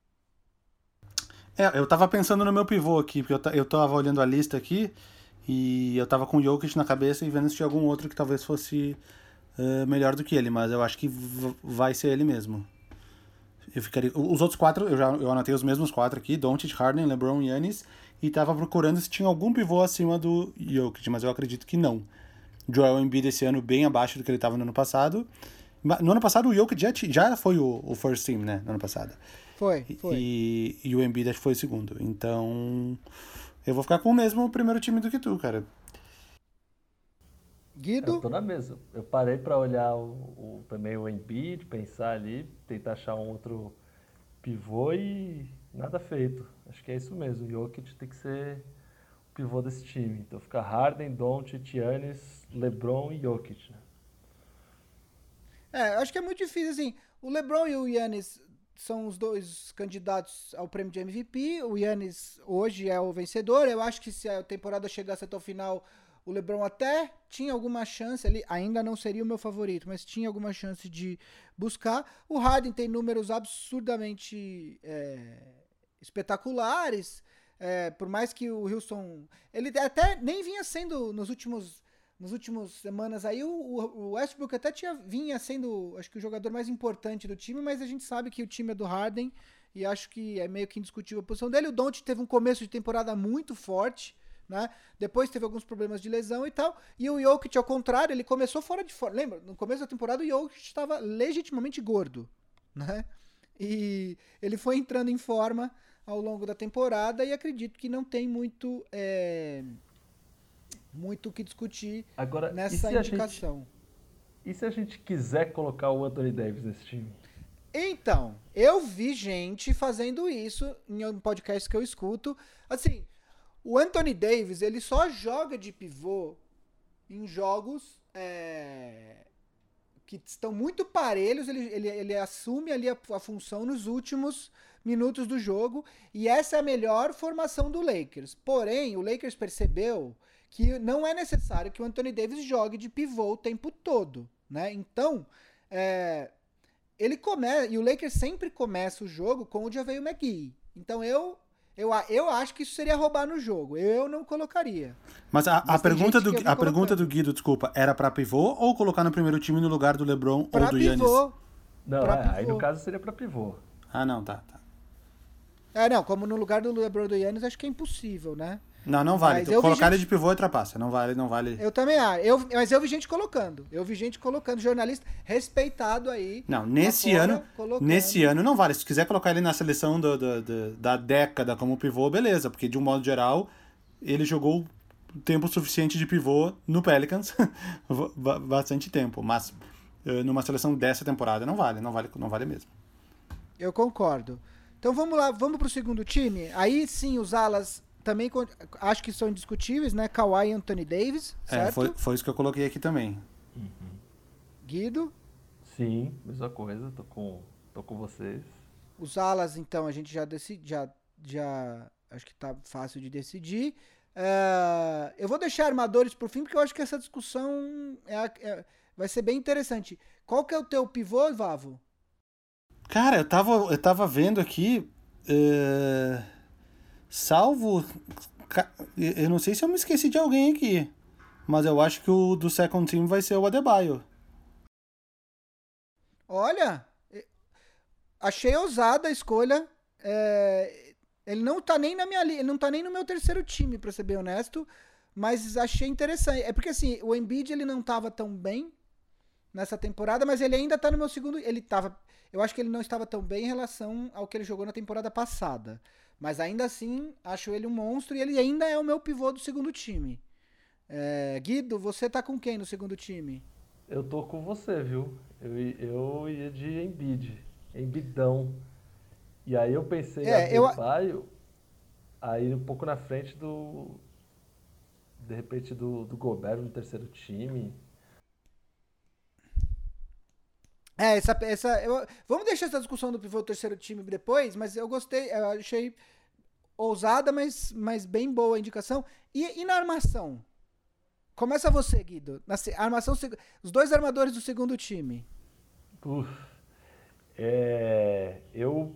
É, eu tava pensando no meu pivô aqui, porque eu, t- eu tava olhando a lista aqui e eu tava com o Jokic na cabeça e vendo se tinha algum outro que talvez fosse uh, melhor do que ele, mas eu acho que v- vai ser ele mesmo. Eu ficaria... Os outros quatro, eu já eu anotei os mesmos quatro aqui, Doncic, Harden, LeBron e Giannis, e tava procurando se tinha algum pivô acima do Jokic, mas eu acredito que não. Joel Embiid esse ano bem abaixo do que ele tava no ano passado. No ano passado o Jokic já, já foi o, o first team, né, no ano passado. Foi, foi. E, e o Embiid acho que foi o segundo. Então, eu vou ficar com o mesmo primeiro time do que tu, cara. Guido? Eu tô na mesa. Eu parei pra olhar o, o, também o Embiid, pensar ali, tentar achar um outro pivô e nada feito. Acho que é isso mesmo. O Jokic tem que ser o pivô desse time. Então fica Harden, Doncic, Giannis, LeBron e Jokic. Né? É, acho que é muito difícil, assim. O LeBron e o Giannis são os dois candidatos ao prêmio de M V P. O Giannis hoje é o vencedor. Eu acho que se a temporada chegasse até o final, o LeBron até tinha alguma chance ali. Ainda não seria o meu favorito, mas tinha alguma chance de buscar. O Harden tem números absurdamente é, espetaculares. É, por mais que o Houston... Ele até nem vinha sendo nos últimos... Nas últimas semanas aí, o, o Westbrook até tinha, vinha sendo, acho que o jogador mais importante do time, mas a gente sabe que o time é do Harden e acho que é meio que indiscutível a posição dele. O Doncic teve um começo de temporada muito forte, né? Depois teve alguns problemas de lesão e tal. E o Jokic, ao contrário, ele começou fora de forma. Lembra? No começo da temporada, o Jokic estava legitimamente gordo, né? E ele foi entrando em forma ao longo da temporada e acredito que não tem muito... É... muito o que discutir Agora, nessa e indicação. Gente, e se a gente quiser colocar o Anthony Davis nesse time? Então, eu vi gente fazendo isso em um podcast que eu escuto. Assim, o Anthony Davis, ele só joga de pivô em jogos é, que estão muito parelhos. Ele, ele, ele assume ali a, a função nos últimos minutos do jogo. E essa é a melhor formação do Lakers. Porém, o Lakers percebeu que não é necessário que o Anthony Davis jogue de pivô o tempo todo, né? Então, é, ele começa, e o Lakers sempre começa o jogo com o JaVale McGee. Então, eu, eu, eu acho que isso seria roubar no jogo. Eu não colocaria. Mas a, Mas a, pergunta, do, a colocando. pergunta do Guido, desculpa, era pra pivô ou colocar no primeiro time no lugar do LeBron pra ou do pivô, Giannis? Não, pra é, pivô. aí no caso seria pra pivô. Ah, não, tá, tá. É, não, como no lugar do LeBron e do Giannis, acho que é impossível, né? Não, não vale. Mas eu vi Colocar ele gente- de pivô é trapaça. Não vale, não vale. Eu também acho. Eu, mas eu vi gente colocando. Eu vi gente colocando, jornalista respeitado aí. Não, nesse lá fora, ano, colocando. nesse ano não vale. Se tu quiser colocar ele na seleção do, do- do- da década como pivô, beleza. Porque, de um modo geral, ele jogou tempo suficiente de pivô no Pelicans. Ba- Bastante tempo. Mas eh, numa seleção dessa temporada não vale. Não vale, não vale mesmo. Eu concordo. Então vamos lá, vamos pro segundo time. Aí sim, os alas também con- acho que são indiscutíveis, né? Kawhi e Anthony Davis, É, certo? foi, foi isso que eu coloquei aqui também. Guido. Sim, mesma coisa, tô com, tô com vocês. Os alas, então, a gente já decidi, já, já acho que tá fácil de decidir. É, eu vou deixar armadores por fim, porque eu acho que essa discussão é, a- é- vai ser bem interessante. Qual que é o teu pivô, Vavo? Cara, eu tava, eu tava vendo aqui. eh, salvo. ca- Eu não sei se eu me esqueci de alguém aqui. Mas eu acho que o do second team vai ser o Adebayo. Olha, eh, achei ousada a escolha. É, ele não tá nem na minha li- ele não tá nem no meu terceiro time, pra ser bem honesto, mas achei interessante. É porque assim, o Embiid ele não tava tão bem nessa temporada, mas ele ainda tá no meu segundo, ele tava, eu acho que ele não estava tão bem em relação ao que ele jogou na temporada passada, mas ainda assim, acho ele um monstro e ele ainda é o meu pivô do segundo time. É, Guido, você tá com quem no segundo time? Eu tô com você, viu? Eu, i- eu ia de Embiid, Embidão. E aí eu pensei É, em eu- Adebayo, aí um pouco na frente do, de repente, do, do Gobert no terceiro time. É, essa. essa eu, vamos deixar essa discussão do pivô do terceiro time depois, mas eu gostei, eu achei ousada, mas, mas bem boa a indicação. E, e na armação? Começa você, Guido. Na armação, os dois armadores do segundo time. Uf, é, eu...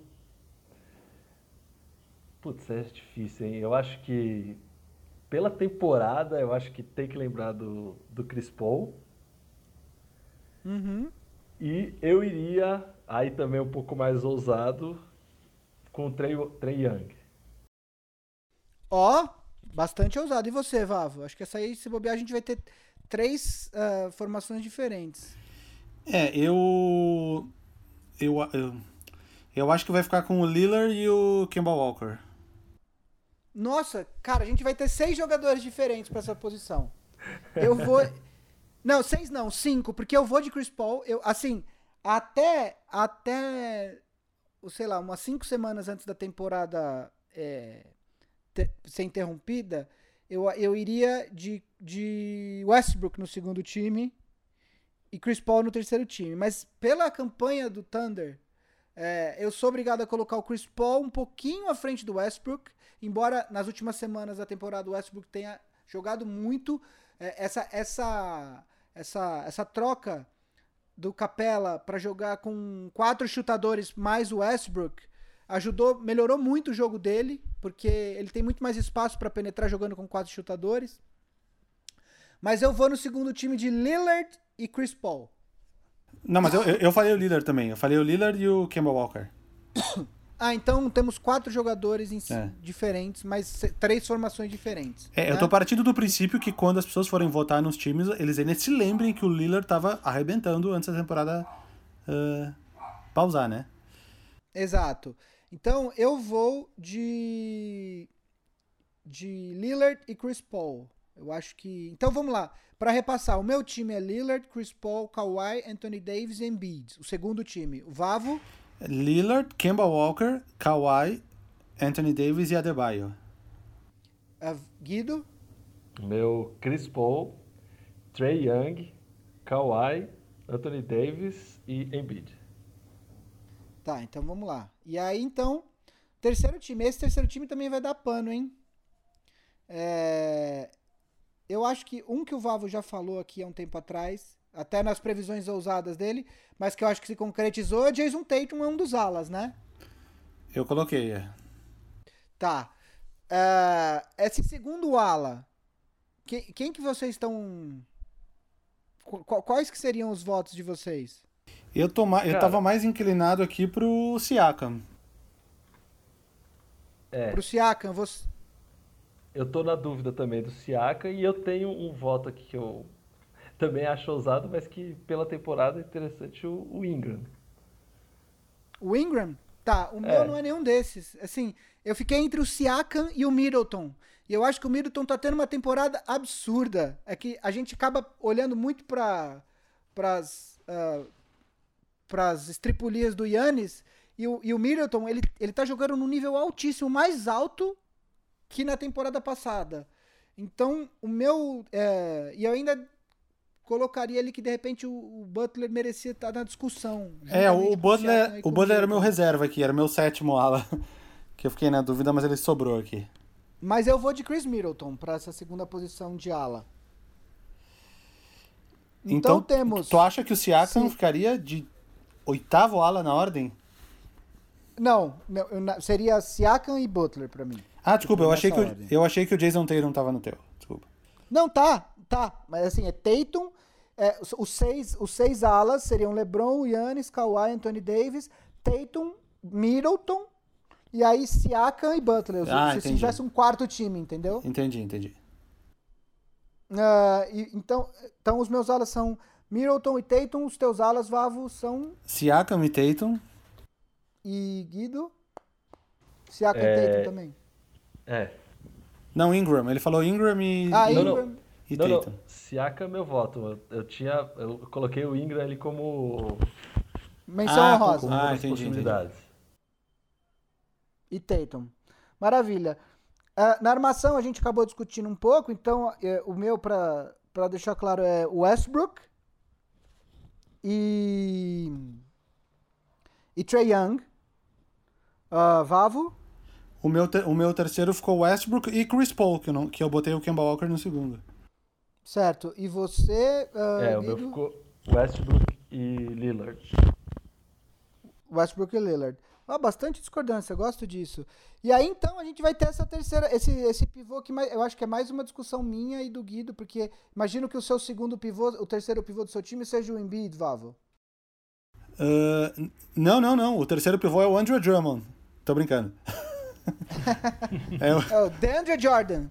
Putz, é difícil, hein? Eu acho que, pela temporada, eu acho que tem que lembrar do, do Chris Paul. Uhum. E eu iria, aí também um pouco mais ousado, com o Trae, Trae Young. Ó, oh, bastante ousado. E você, Vavo? Acho que essa aí, se bobear, a gente vai ter três uh, formações diferentes. É, eu, eu, eu... Eu acho que vai ficar com o Lillard e o Kemba Walker. Nossa, cara, a gente vai ter seis jogadores diferentes pra essa posição. Eu vou... Não, seis não, cinco, porque eu vou de Chris Paul. Eu, assim, até, até, sei lá, umas cinco semanas antes da temporada é, ter, ser interrompida, eu, eu iria de, de Westbrook no segundo time e Chris Paul no terceiro time. Mas pela campanha do Thunder, é, eu sou obrigado a colocar o Chris Paul um pouquinho à frente do Westbrook, embora nas últimas semanas da temporada o Westbrook tenha jogado muito. É, essa, essa, essa, essa troca do Capela para jogar com quatro chutadores mais o Westbrook ajudou, melhorou muito o jogo dele, porque ele tem muito mais espaço para penetrar jogando com quatro chutadores. Mas eu vou no segundo time de Lillard e Chris Paul. Não, mas eu, eu, eu falei o Lillard também. Eu falei o Lillard e o Kemba Walker. Ah, então temos quatro jogadores em, é. diferentes, mas três formações diferentes. É, né? Eu tô partindo do princípio que quando as pessoas forem votar nos times, eles ainda se lembrem que o Lillard tava arrebentando antes da temporada uh, pausar, né? Exato. Então eu vou de de Lillard e Chris Paul. Eu acho que... Então vamos lá. Para repassar, o meu time é Lillard, Chris Paul, Kawhi, Anthony Davis e Embiid. O segundo time, o Vavo... Lillard, Kemba Walker, Kawhi, Anthony Davis e Adebayo. Uh, Guido? Meu Chris Paul, Trae Young, Kawhi, Anthony Davis e Embiid. Tá, então vamos lá. E aí, então, terceiro time. Esse terceiro time também vai dar pano, hein? É... Eu acho que um que o Vavo já falou aqui há um tempo atrás, até nas previsões ousadas dele, mas que eu acho que se concretizou, é Jason Tatum, é um dos alas, né? Eu coloquei, é. Tá. Uh, esse segundo ala, quem, quem que vocês estão... Quais que seriam os votos de vocês? Eu, tô ma... eu tava mais inclinado aqui pro Siakam. É. Pro Siakam, você... Eu tô na dúvida também do Siakam e eu tenho um voto aqui que eu também acho ousado, mas que pela temporada é interessante, o, o Ingram. O Ingram? Tá, o meu É. não é nenhum desses. Assim, eu fiquei entre o Siakam e o Middleton. E eu acho que o Middleton tá tendo uma temporada absurda. É que a gente acaba olhando muito para pras, uh, pras estripulias do Giannis e o, e o Middleton, ele, ele tá jogando num nível altíssimo, mais alto que na temporada passada. Então, o meu... É, e eu ainda colocaria ali que, de repente, o, o Butler merecia estar na discussão. É, o juntamente com Butler, Siakam e com o Butler era meu Middleton. reserva aqui, era meu sétimo ala. Que eu fiquei na dúvida, mas ele sobrou aqui. Mas eu vou de Chris Middleton para essa segunda posição de ala. Então, Então, temos... tu acha que o Siakam Sim. ficaria de oitavo ala na ordem? Não, não, eu na- seria Siakam e Butler para mim. Ah, desculpa, eu Nessa achei, que o, ordem. eu achei que o Jason Tatum tava no teu. Desculpa. Não, tá, tá. Mas assim, é Tatum, é, os, os seis, os seis alas seriam LeBron, Giannis, Kawhi, Anthony Davis, Tatum, Middleton, e aí Siakam e Butler. Ah, Se entendi. tivesse um quarto time, entendeu? Entendi, entendi. Ah, e- então, então os meus alas são Middleton e Tatum, os teus alas, Vavo, são... Siakam e Tatum. E Guido? Siakam É, e Tatum também. É. Não, Ingram. Ele falou Ingram e, Ah, e, Não, Ingram. não. e Não, Tatum. não. Siakam é meu voto. Eu, eu tinha... Eu coloquei o Ingram ali como... Menção Ah, honrosa. como uma Ah, das entendi, possibilidades. E Tatum. Maravilha. Uh, na armação a gente acabou discutindo um pouco, então é, o meu, pra, pra deixar claro, é Westbrook e, e Trae Young. Uh, Vavo? O meu, te, o meu terceiro ficou Westbrook e Chris Paul, que eu, não, que eu botei o Kemba Walker no segundo. Certo. E você, uh, É, o meu ficou Westbrook e Lillard. Westbrook e Lillard. Ah, bastante discordância, eu gosto disso. E aí, então, a gente vai ter essa terceira, esse, esse pivô que mais, eu acho que é mais uma discussão minha e do Guido, porque imagino que o seu segundo pivô, o terceiro pivô do seu time seja o Embiid, Vavo. Uh, não, não, não. O terceiro pivô é o Andre Drummond. Tô brincando. é, o... é o DeAndre Jordan.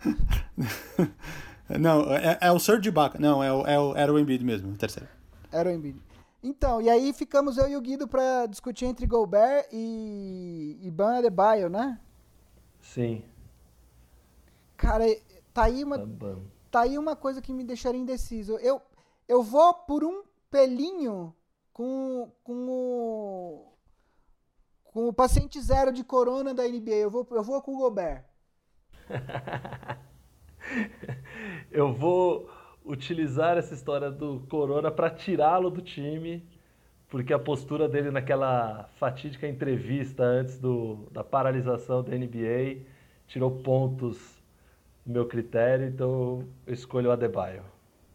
Não, é, é o Serge Ibaka. Não, é o, é o, era o Embiid mesmo, o terceiro. Era o Embiid. Então, e aí ficamos eu e o Guido pra discutir entre Gobert e, e Bam Adebayo, né? Sim. Cara, tá aí uma, tá aí uma coisa que me deixaria indeciso. Eu, eu vou por um pelinho com, com o com o paciente zero de corona da N B A. Eu vou, eu vou com o Gobert. Eu vou utilizar essa história do corona para tirá-lo do time, porque a postura dele naquela fatídica entrevista antes do, da paralisação da N B A tirou pontos do meu critério, então eu escolho o Adebayo.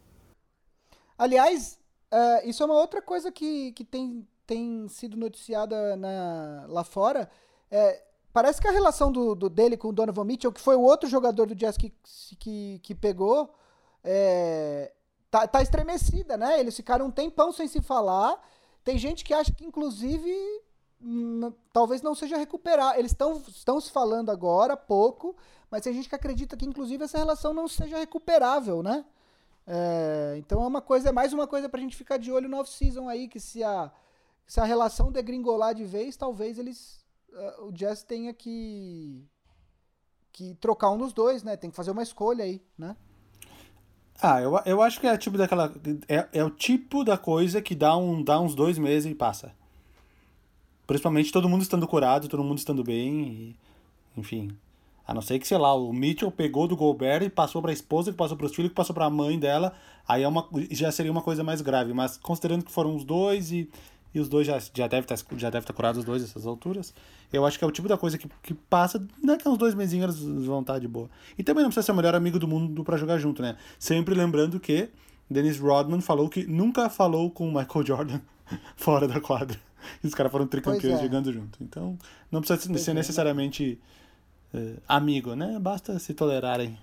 Aliás, uh, isso é uma outra coisa que, que tem, tem sido noticiada na, lá fora. É, parece que a relação do, do, dele com o Donovan Mitchell, que foi o outro jogador do Jazz que, que, que pegou, É, tá, tá estremecida, né? Eles ficaram um tempão sem se falar. Tem gente que acha que, inclusive, n- talvez não seja recuperar. Eles estão se falando agora, pouco, mas tem gente que acredita que, inclusive, essa relação não seja recuperável, né? É, então é uma coisa, é mais uma coisa pra gente ficar de olho no off-season aí, que se a, se a relação degringolar de vez, talvez eles uh, o Jazz tenha que, que trocar um dos dois, né? Tem que fazer uma escolha aí, né? Ah, eu, eu acho que é tipo daquela. É, é o tipo da coisa que dá, um, dá uns dois meses e passa. Principalmente todo mundo estando curado, todo mundo estando bem. E, enfim. A não ser que, sei lá, o Mitchell pegou do Gobert e passou pra esposa, que passou pros filhos, que passou pra mãe dela. Aí é uma, já seria uma coisa mais grave. Mas considerando que foram os dois e, e os dois já, já devem estar já deve estar curados, os dois, essas alturas. Eu acho que é o tipo da coisa que, que passa, daqui a uns dois mesinhos eles vão estar de boa. E também não precisa ser o melhor amigo do mundo pra jogar junto, né? Sempre lembrando que Dennis Rodman falou que nunca falou com o Michael Jordan fora da quadra. E os caras foram tricampeões é. jogando junto. Então, não precisa pois ser é, necessariamente é, amigo, né? Basta se tolerarem.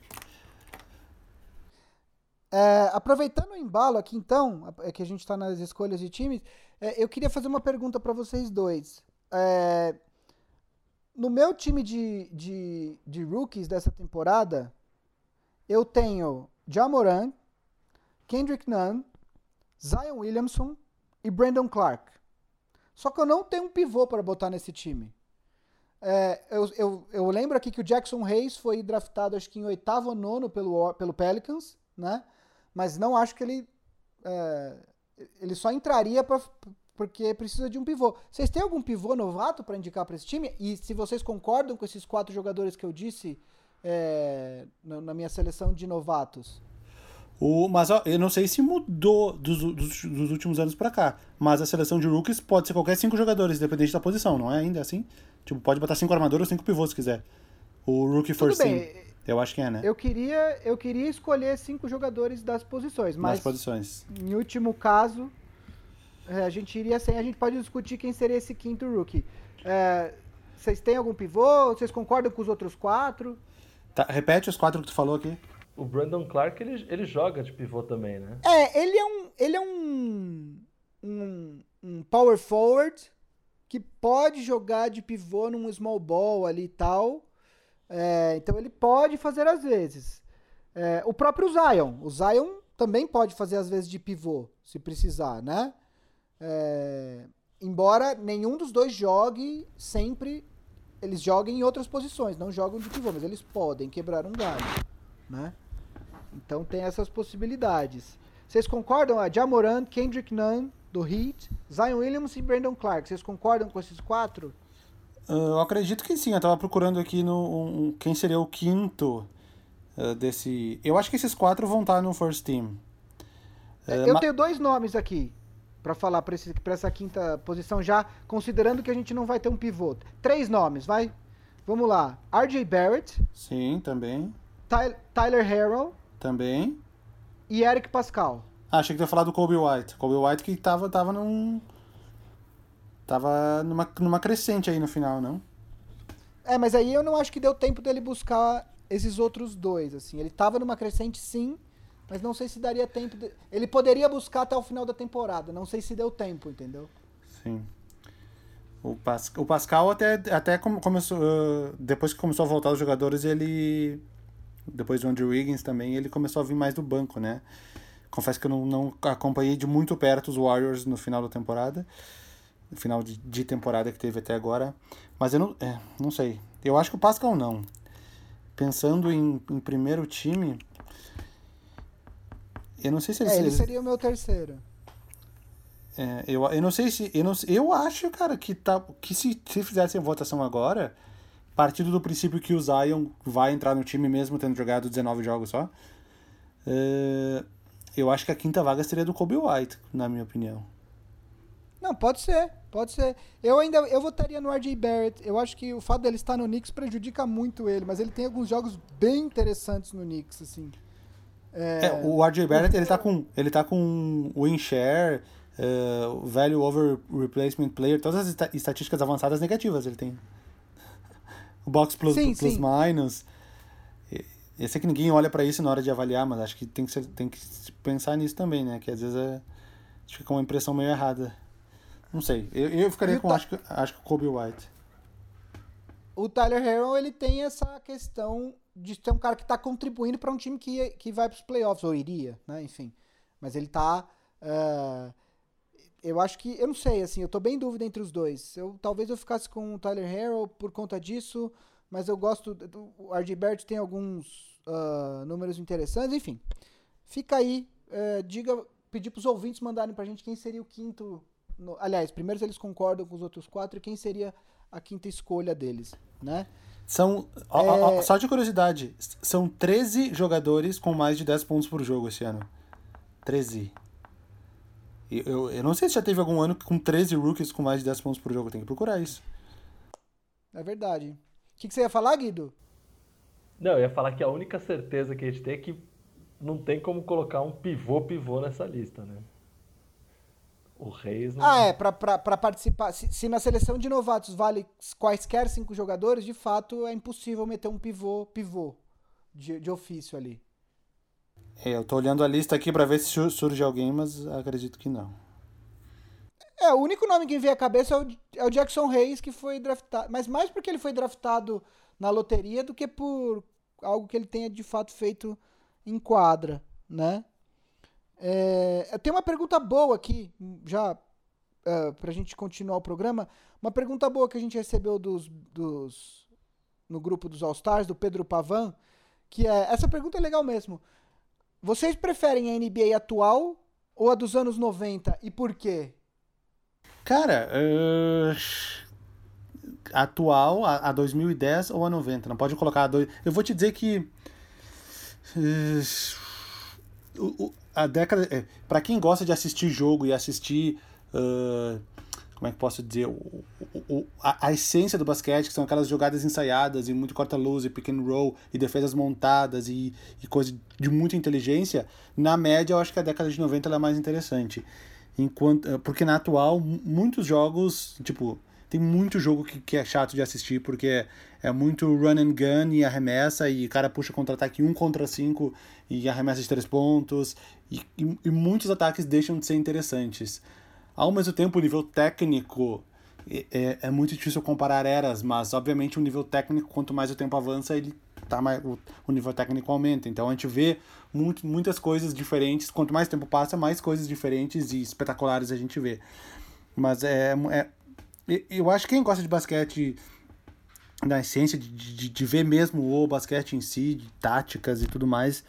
É, aproveitando o embalo aqui, então, é que a gente está nas escolhas de times, é, eu queria fazer uma pergunta para vocês dois. É, no meu time de, de, de rookies dessa temporada, eu tenho Ja Morant, Kendrick Nunn, Zion Williamson e Brandon Clark. Só que eu não tenho um pivô para botar nesse time. É, eu, eu, eu lembro aqui que o Jackson Hayes foi draftado, acho que em oitavo ou nono pelo, pelo Pelicans, né? Mas não acho que ele... É, ele só entraria pra, porque precisa de um pivô. Vocês têm algum pivô novato para indicar para esse time? E se vocês concordam com esses quatro jogadores que eu disse é, na, na minha seleção de novatos? O, mas ó, eu não sei se mudou dos, dos, dos últimos anos pra cá, mas a seleção de rookies pode ser qualquer cinco jogadores, independente da posição, não é ainda assim? Tipo, pode botar cinco armadores ou cinco pivôs se quiser. O rookie first team, eu acho que é, né? Eu queria, eu queria escolher cinco jogadores das posições, mas das posições. Em último caso, a gente iria sem, a gente pode discutir quem seria esse quinto rookie. É, vocês têm algum pivô? Vocês concordam com os outros quatro? Tá, repete os quatro que tu falou aqui. O Brandon Clark, ele, ele joga de pivô também, né? É, ele é um, ele é um, um, um power forward que pode jogar de pivô num small ball ali e tal. É, então ele pode fazer às vezes. É, o próprio Zion. O Zion também pode fazer às vezes de pivô, se precisar, né? É, embora nenhum dos dois jogue sempre... Eles joguem em outras posições, não jogam de pivô, mas eles podem quebrar um galho, né? Então tem essas possibilidades. Vocês concordam? Ah, Ja Morant, Kendrick Nunn, do Heat, Zion Williams e Brandon Clark. Vocês concordam com esses quatro? Eu acredito que sim, eu tava procurando aqui no um, quem seria o quinto uh, desse... Eu acho que esses quatro vão estar no First Team. Uh, Eu ma... tenho dois nomes aqui pra falar pra, esse, pra essa quinta posição já, considerando que a gente não vai ter um pivô. Três nomes, vai? Vamos lá. R J Barrett. Sim, também. Ty- Tyler Herro. Também. E Eric Pascal. Ah, achei que tu ia falar do Kobe White. Kobe White que tava, tava num... Tava numa, numa crescente aí no final, não? É, mas aí eu não acho que deu tempo dele buscar esses outros dois, assim. Ele tava numa crescente, sim, mas não sei se daria tempo... De... Ele poderia buscar até o final da temporada, não sei se deu tempo, entendeu? Sim. O, Pas... o Pascal até, até começou... Uh, depois que começou a voltar os jogadores, ele... Depois do Andrew Wiggins também, ele começou a vir mais do banco, né? Confesso que eu não, não acompanhei de muito perto os Warriors no final da temporada. No final de, de temporada que teve até agora. Mas eu não, é, não sei. Eu acho que o Pascal não. Pensando em, em primeiro time... Eu não sei se ele... É, ele seria o meu terceiro. É, eu, eu não sei se... Eu, não, eu acho, cara, que, tá, que se, se fizessem votação agora, partindo do princípio que o Zion vai entrar no time mesmo tendo jogado dezenove jogos só, é, eu acho que a quinta vaga seria do Kobe White, na minha opinião. Não, pode ser, pode ser. Eu ainda eu votaria no R J Barrett. Eu acho que o fato dele estar no Knicks prejudica muito ele, mas ele tem alguns jogos bem interessantes no Knicks, assim. É, é, o R J Barrett, ele tá com, ele tá com win share, uh, value over replacement player, todas as estatísticas avançadas negativas ele tem. O box plus, sim, plus sim. minus. Eu sei que ninguém olha pra isso na hora de avaliar, mas acho que tem que, ser, tem que pensar nisso também, né? Que às vezes é, fica uma impressão meio errada. Não sei. Eu, eu ficaria com, ta... acho, acho que o Kobe White. O Tyler Herro, ele tem essa questão de ser um cara que está contribuindo para um time que, que vai para os playoffs, ou iria, né? Enfim. Mas ele tá... Uh, eu acho que... Eu não sei, assim, eu tô bem em dúvida entre os dois. Eu, talvez eu ficasse com o Tyler Herro por conta disso, mas eu gosto... O R J Barrett tem alguns uh, números interessantes, enfim. Fica aí. Uh, diga... Pedir para os ouvintes mandarem pra gente quem seria o quinto... No, aliás, primeiro eles concordam com os outros quatro e quem seria a quinta escolha deles, né? São, ó, é... ó, só de curiosidade, são treze jogadores com mais de dez pontos por jogo esse ano. treze. Eu, eu, eu não sei se já teve algum ano com treze rookies com mais de dez pontos por jogo, tem que procurar isso. É verdade. O que, que você ia falar, Guido? Não, eu ia falar que a única certeza que a gente tem é que não tem como colocar um pivô-pivô nessa lista, né? O Reis não... Ah, é, pra, pra, pra participar. Se, se na seleção de novatos vale quaisquer cinco jogadores, de fato é impossível meter um pivô, pivô de, de ofício ali. É, eu tô olhando a lista aqui pra ver se surge alguém, mas acredito que não. É, o único nome que me vem à cabeça é o, é o Jackson Reis, que foi draftado. Mas mais porque ele foi draftado na loteria do que por algo que ele tenha de fato feito em quadra, né? É, eu tenho uma pergunta boa aqui, já uh, pra gente continuar o programa. Uma pergunta boa que a gente recebeu dos, dos, no grupo dos All-Stars, do Pedro Pavan, que é, essa pergunta é legal mesmo. Vocês preferem a N B A atual ou a dos anos noventa e por quê? Cara, uh, atual, a, a dois mil e dez ou a noventa, não pode colocar a dois... Eu vou te dizer que... Uh, o, o, a década, é, para quem gosta de assistir jogo e assistir, uh, como é que posso dizer, o, o, a, a essência do basquete, que são aquelas jogadas ensaiadas e muito corta-luz e pick and roll e defesas montadas e, e coisa de muita inteligência, na média eu acho que a década de noventa ela é mais interessante. Enquanto, porque na atual, muitos jogos, tipo, tem muito jogo que, que é chato de assistir, porque é, é muito run and gun e arremessa, e o cara puxa contra-ataque um contra cinco e arremessa de três pontos, e, e, e muitos ataques deixam de ser interessantes. Ao mesmo tempo, o nível técnico é, é muito difícil comparar eras, mas obviamente o nível técnico, quanto mais o tempo avança, ele tá mais, o, o nível técnico aumenta. Então a gente vê muito, muitas coisas diferentes, quanto mais tempo passa, mais coisas diferentes e espetaculares a gente vê. Mas é, é eu acho que quem gosta de basquete na essência, de, de, de ver mesmo o basquete em si, de táticas e tudo mais,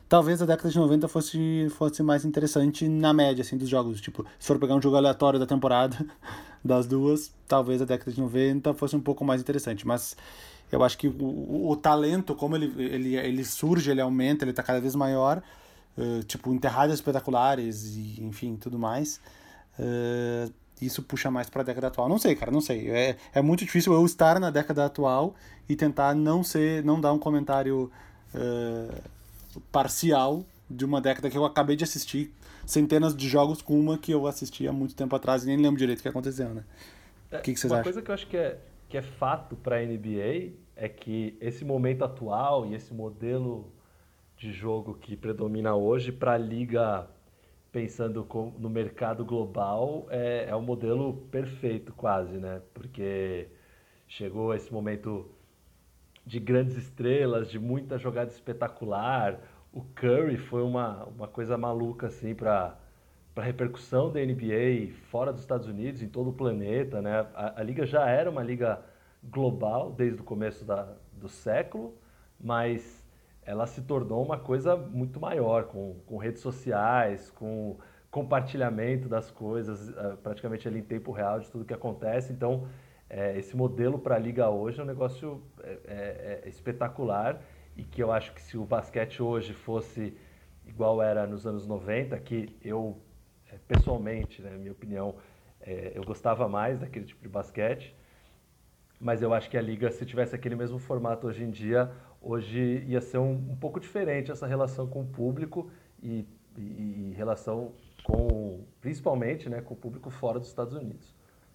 talvez a década de noventa fosse, fosse mais interessante na média, assim, dos jogos. Tipo, se for pegar um jogo aleatório da temporada, das duas, talvez a década de noventa fosse um pouco mais interessante. Mas eu acho que o, o, o talento, como ele, ele, ele surge, ele aumenta, ele tá cada vez maior. Uh, tipo, enterradas espetaculares e, enfim, tudo mais. Uh, isso puxa mais pra década atual. Não sei, cara, não sei. É, é muito difícil eu estar na década atual e tentar não ser, não dar um comentário uh, parcial de uma década que eu acabei de assistir centenas de jogos com uma que eu assisti há muito tempo atrás e nem lembro direito o que aconteceu, né? É, o que, que vocês uma acham? Coisa que eu acho que é, que é fato pra N B A é que esse momento atual e esse modelo de jogo que predomina hoje para a liga, pensando com, no mercado global, é, é o modelo perfeito quase, né? Porque chegou esse momento de grandes estrelas, de muita jogada espetacular. O Curry foi uma, uma coisa maluca assim para para a repercussão da N B A fora dos Estados Unidos, em todo o planeta, né? A, a liga já era uma liga global desde o começo da, do século, mas ela se tornou uma coisa muito maior, com, com redes sociais, com compartilhamento das coisas, praticamente ali em tempo real de tudo que acontece. Então, é, esse modelo para a liga hoje é um negócio é, é, é espetacular e que eu acho que se o basquete hoje fosse igual era nos anos noventa, que eu, pessoalmente, né, minha opinião, é, eu gostava mais daquele tipo de basquete, mas eu acho que a liga, se tivesse aquele mesmo formato hoje em dia, hoje ia ser um, um pouco diferente essa relação com o público e, e, e relação com, principalmente, né, com o público fora dos Estados Unidos.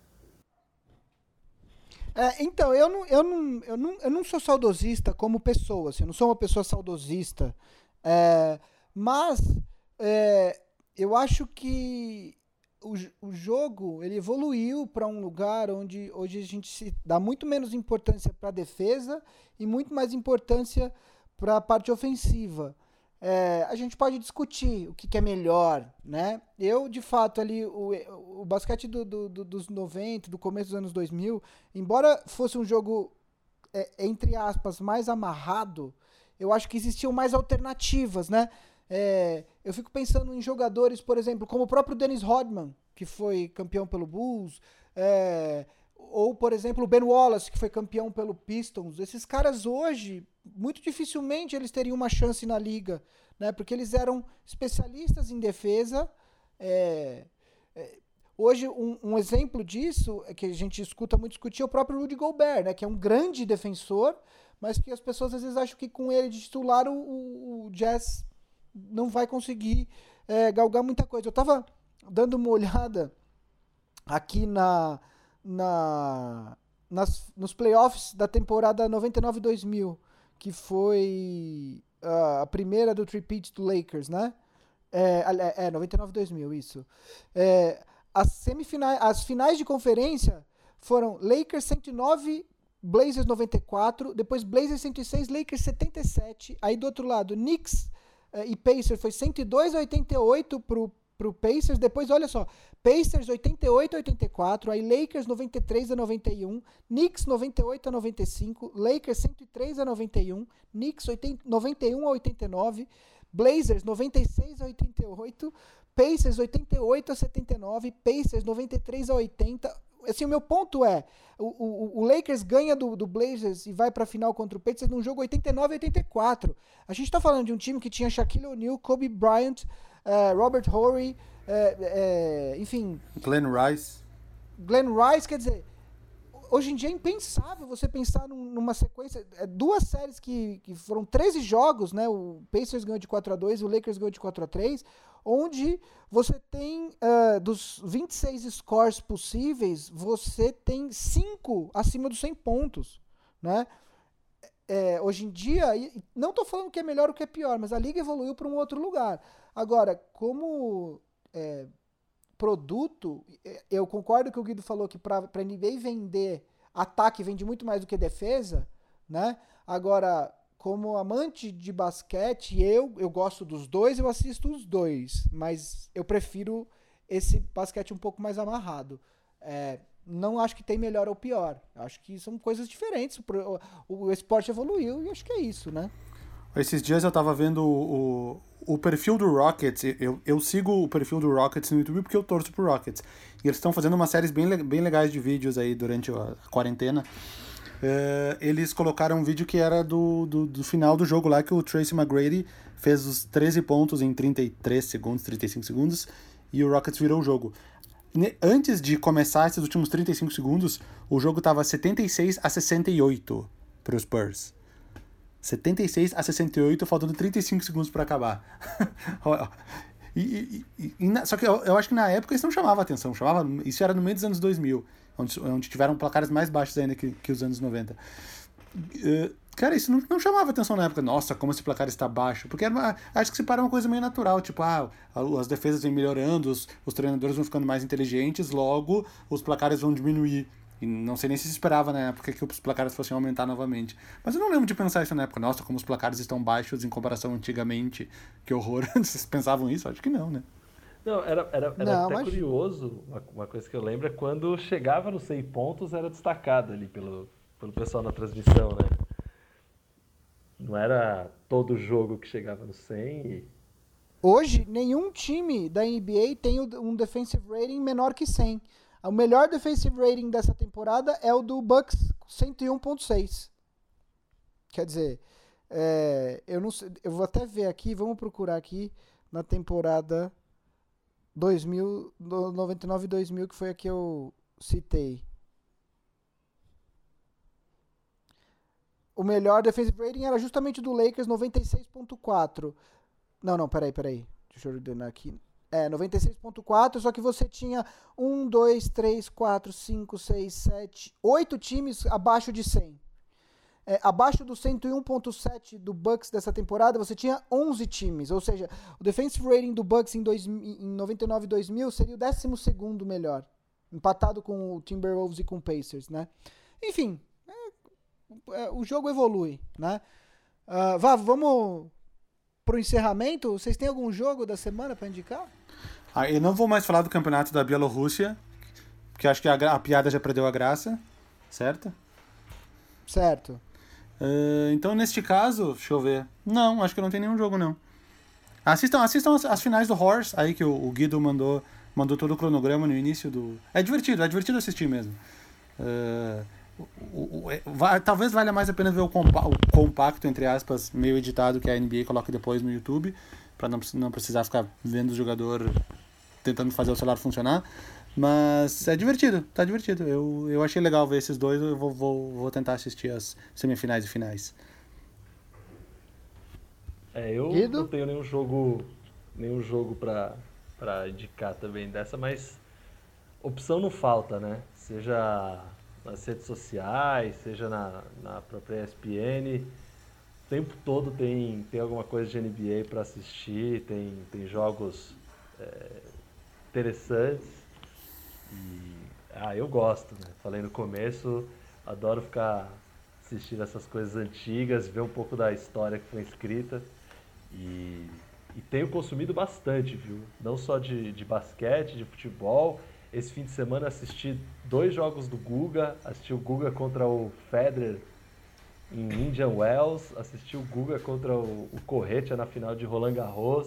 É, então, eu não, eu, não, eu, não, eu não sou saudosista como pessoa, assim, eu não sou uma pessoa saudosista, é, mas é, eu acho que o, o jogo ele evoluiu para um lugar onde hoje a gente se dá muito menos importância para a defesa e muito mais importância para a parte ofensiva. É, a gente pode discutir o que, que é melhor, né? Eu, de fato, ali, o, o basquete do, do, do, dos noventa, do começo dos anos dois mil, embora fosse um jogo, é, entre aspas, mais amarrado, eu acho que existiam mais alternativas, né? É, eu fico pensando em jogadores, por exemplo, como o próprio Dennis Rodman, que foi campeão pelo Bulls, é, ou, por exemplo, o Ben Wallace, que foi campeão pelo Pistons. Esses caras hoje, muito dificilmente eles teriam uma chance na liga, né? Porque eles eram especialistas em defesa. É, é, hoje, um, um exemplo disso, é que a gente escuta muito discutir, é o próprio Rudy Gobert, né? Que é um grande defensor, mas que as pessoas às vezes acham que com ele de titular o, o, o Jazz não vai conseguir é, galgar muita coisa. Eu tava dando uma olhada aqui na, na, nas, nos playoffs da temporada noventa e nove dois mil, que foi uh, a primeira do three-peat do Lakers, né? É, é noventa e nove dois mil, isso. É, as, semifinais, as finais de conferência foram Lakers cento e nove, Blazers noventa e quatro, depois Blazers cento e seis, Lakers setenta e sete, aí do outro lado, Knicks uh, e Pacers foi cento e dois a oitenta e oito pro pro Pacers, depois olha só, Pacers oitenta e oito a oitenta e quatro, aí Lakers noventa e três a noventa e um, Knicks noventa e oito a noventa e cinco, Lakers cento e três a noventa e um, Knicks noventa e um a oitenta e nove, Blazers noventa e seis a oitenta e oito, Pacers oitenta e oito a setenta e nove, Pacers noventa e três a oitenta. Assim, o meu ponto é, o, o, o Lakers ganha do, do Blazers e vai pra final contra o Pacers num jogo oitenta e nove a oitenta e quatro. A gente tá falando de um time que tinha Shaquille O'Neal, Kobe Bryant, Uh, Robert Horry, uh, uh, enfim... Glenn Rice. Glenn Rice, quer dizer, hoje em dia é impensável você pensar num, numa sequência... Duas séries que, que foram treze jogos, né? O Pacers ganhou de quatro a dois, o Lakers ganhou de quatro a três, onde você tem, uh, dos vinte e seis scores possíveis, você tem cinco acima dos cem pontos, né? É, hoje em dia, não estou falando que é melhor ou que é pior, mas a liga evoluiu para um outro lugar. Agora, como é, produto, eu concordo que o Guido falou que para a N B A vender, ataque vende muito mais do que defesa, né? Agora, como amante de basquete, eu, eu gosto dos dois, eu assisto os dois, mas eu prefiro esse basquete um pouco mais amarrado. É, não acho que tem melhor ou pior. Acho que são coisas diferentes. O, o, o esporte evoluiu e acho que é isso, né? Esses dias eu tava vendo o, o, o perfil do Rockets. Eu, eu sigo o perfil do Rockets no YouTube porque eu torço pro Rockets. E eles estão fazendo umas séries bem, bem legais de vídeos aí durante a quarentena. Uh, eles colocaram um vídeo que era do, do, do final do jogo lá, que o Tracy McGrady fez os treze pontos em trinta e três segundos, trinta e cinco segundos, e o Rockets virou o jogo. Antes de começar esses últimos trinta e cinco segundos, o jogo estava setenta e seis a sessenta e oito para os Spurs. setenta e seis a sessenta e oito, faltando trinta e cinco segundos para acabar. e, e, e, só que eu, eu acho que na época isso não chamava atenção. Chamava, isso era no meio dos anos dois mil, onde, onde tiveram placares mais baixos ainda que, que os anos noventa. Uh, cara, isso não, não chamava atenção na época. Nossa, como esse placar está baixo. Porque era uma, acho que se para uma coisa meio natural. Tipo, ah, as defesas vêm melhorando, os, os treinadores vão ficando mais inteligentes, logo os placares vão diminuir. E não sei nem se se esperava na época que os placares fossem aumentar novamente. Mas eu não lembro de pensar isso na época. Nossa, como os placares estão baixos em comparação antigamente. Que horror. Vocês pensavam isso? Acho que não, né? Não, era, era, era não, até mas... curioso. Uma, uma coisa que eu lembro é quando chegava nos cem pontos, era destacado ali pelo, pelo pessoal na transmissão, né? Não era todo jogo que chegava no cem e... Hoje, nenhum time da N B A tem um defensive rating menor que cem. O melhor defensive rating dessa temporada é o do Bucks, cento e um ponto seis. Quer dizer, é, eu, não sei, eu vou até ver aqui, vamos procurar aqui na temporada dois mil, noventa e nove dois mil, que foi a que eu citei. O melhor defensive rating era justamente o do Lakers, noventa e seis ponto quatro. Não, não, peraí, peraí. Deixa eu ordenar aqui. É, noventa e seis ponto quatro, só que você tinha um, dois, três, quatro, cinco, seis, sete, oito times abaixo de cem. É, abaixo do cento e um ponto sete do Bucks dessa temporada, você tinha onze times. Ou seja, o defensive rating do Bucks em, dois, em noventa e nove dois mil seria o décimo segundo melhor. Empatado com o Timberwolves e com o Pacers, né? Enfim, é, é, o jogo evolui, né? Uh, Vá, vamos pro encerramento. Vocês têm algum jogo da semana para indicar? Ah, eu não vou mais falar do campeonato da Bielorrússia, porque acho que a, a piada já perdeu a graça, certo? Certo. Uh, então, neste caso, deixa eu ver. Não, acho que não tem nenhum jogo, não. Assistam, assistam as, as finais do Horse, aí que o, o Guido mandou, mandou todo o cronograma no início do... É divertido, é divertido assistir mesmo. Uh, o, o, o, vai, talvez valha mais a pena ver o, compa, o compacto, entre aspas, meio editado que a N B A coloca depois no YouTube, para não, não precisar ficar vendo o jogador tentando fazer o celular funcionar. Mas é divertido, tá divertido. Eu, eu achei legal ver esses dois, eu vou, vou, vou tentar assistir as semifinais e finais. É, eu Guido? não tenho nenhum jogo, nenhum jogo pra, pra indicar também dessa, mas opção não falta, né? Seja nas redes sociais, seja na, na própria E S P N, o tempo todo tem, tem alguma coisa de N B A para assistir, tem, tem jogos é, interessantes e ah, eu gosto, né? Falei no começo, adoro ficar assistindo essas coisas antigas, ver um pouco da história que foi escrita e, e tenho consumido bastante, viu? Não só de, de basquete, de futebol. Esse fim de semana assisti dois jogos do Guga, assisti o Guga contra o Federer em Indian Wells, assisti o Guga contra o, o Correia na final de Roland Garros.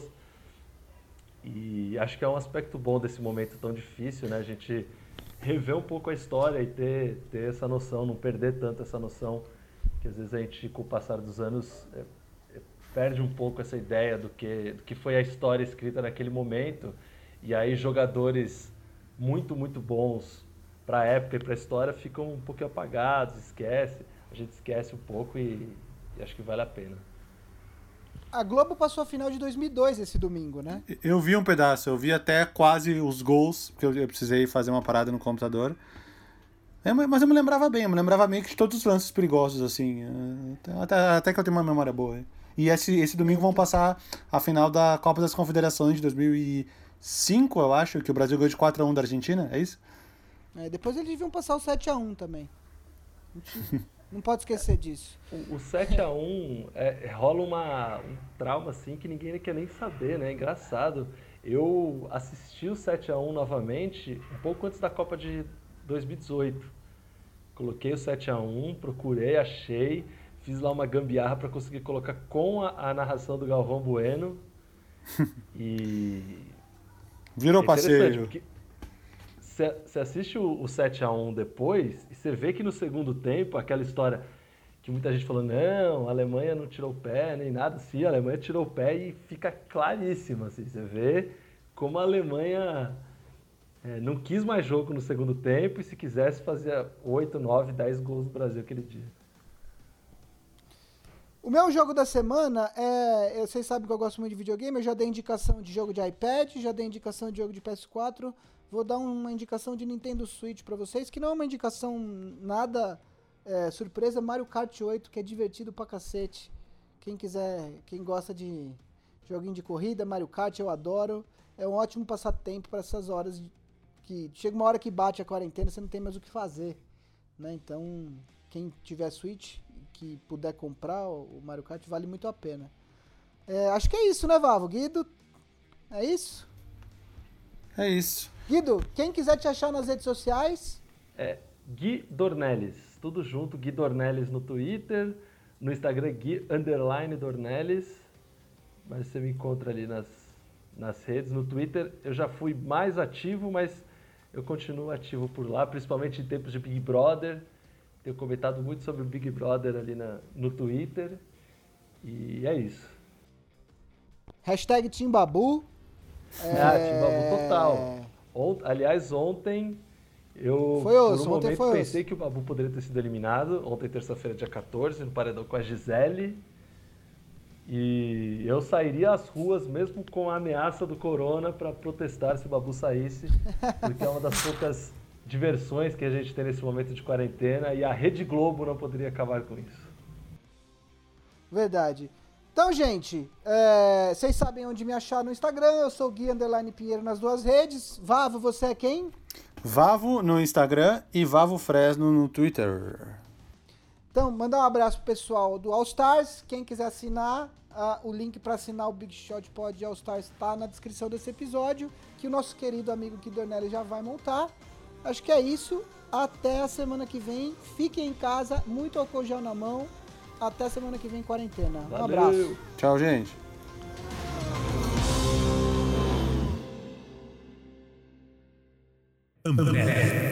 E acho que é um aspecto bom desse momento tão difícil, né? A gente rever um pouco a história e ter, ter essa noção, não perder tanto essa noção, que às vezes a gente, com o passar dos anos, é, é, perde um pouco essa ideia do que, do que foi a história escrita naquele momento. E aí jogadores muito, muito bons para a época e para a história ficam um pouco apagados, esquece, a gente esquece um pouco e, e acho que vale a pena. A Globo passou a final de dois mil e dois esse domingo, né? Eu vi um pedaço, eu vi até quase os gols, porque eu, eu precisei fazer uma parada no computador. É, mas eu me lembrava bem, eu me lembrava meio que de todos os lances perigosos, assim. Até, até que eu tenho uma memória boa. E esse, esse domingo vão passar a final da Copa das Confederações de dois mil e cinco, eu acho, que o Brasil ganhou de quatro a um da Argentina, é isso? É, depois eles deviam passar o sete a um também. Não pode esquecer disso. O, o sete a um é, rola uma, um trauma assim que ninguém quer nem saber, né? Engraçado. Eu assisti o sete a um novamente um pouco antes da Copa de dois mil e dezoito. Coloquei o sete a um, procurei, achei, fiz lá uma gambiarra para conseguir colocar com a, a narração do Galvão Bueno. E... Virou é passeio. Você assiste o, o sete a um depois e você vê que no segundo tempo, aquela história que muita gente falou, não, a Alemanha não tirou o pé, nem nada. Sim, a Alemanha tirou o pé e fica claríssimo. Assim, você vê como a Alemanha é, não quis mais jogo no segundo tempo e se quisesse fazia oito, nove, dez gols no Brasil aquele dia. O meu jogo da semana é... Vocês sabem que eu gosto muito de videogame, eu já dei indicação de jogo de iPad, já dei indicação de jogo de P S quatro. Vou dar uma indicação de Nintendo Switch pra vocês, que não é uma indicação nada é, surpresa. Mario Kart oito, que é divertido pra cacete. Quem quiser, quem gosta de joguinho de corrida, Mario Kart, eu adoro. É um ótimo passatempo para essas horas que... Chega uma hora que bate a quarentena, você não tem mais o que fazer, né? Então, quem tiver Switch, que puder comprar o Mario Kart, vale muito a pena. É, acho que é isso, né, Vavo? Guido, é isso? É isso. Guido, quem quiser te achar nas redes sociais... É Gui Dornelles, tudo junto, Gui Dornelles no Twitter, no Instagram Gui underline Dornelles, mas você me encontra ali nas, nas redes. No Twitter eu já fui mais ativo, mas eu continuo ativo por lá, principalmente em tempos de Big Brother. Tenho comentado muito sobre o Big Brother ali na, no Twitter, e é isso. Hashtag Timbabu. É... Ah, Timbabu total. Ont, aliás, ontem eu foi osso, por um ontem momento foi pensei osso. que o Babu poderia ter sido eliminado. Ontem, terça-feira, dia quatorze, no paredão com a Gisele. E eu sairia às ruas, mesmo com a ameaça do corona, para protestar se o Babu saísse, porque é uma das poucas diversões que a gente tem nesse momento de quarentena e a Rede Globo não poderia acabar com isso. Verdade. Então, gente, é, vocês sabem onde me achar no Instagram, eu sou Gui Underline Pinheiro nas duas redes. Vavo, você é quem? Vavo no Instagram e Vavo Fresno no Twitter. Então, mandar um abraço pro pessoal do All Stars. Quem quiser assinar, uh, o link para assinar o Big Shot Pod All Stars está na descrição desse episódio, que o nosso querido amigo Gui Dornelles já vai montar. Acho que é isso. Até a semana que vem. Fiquem em casa, muito álcool gel na mão. Até semana que vem, quarentena. Um Valeu. abraço. Tchau, gente. Ambev.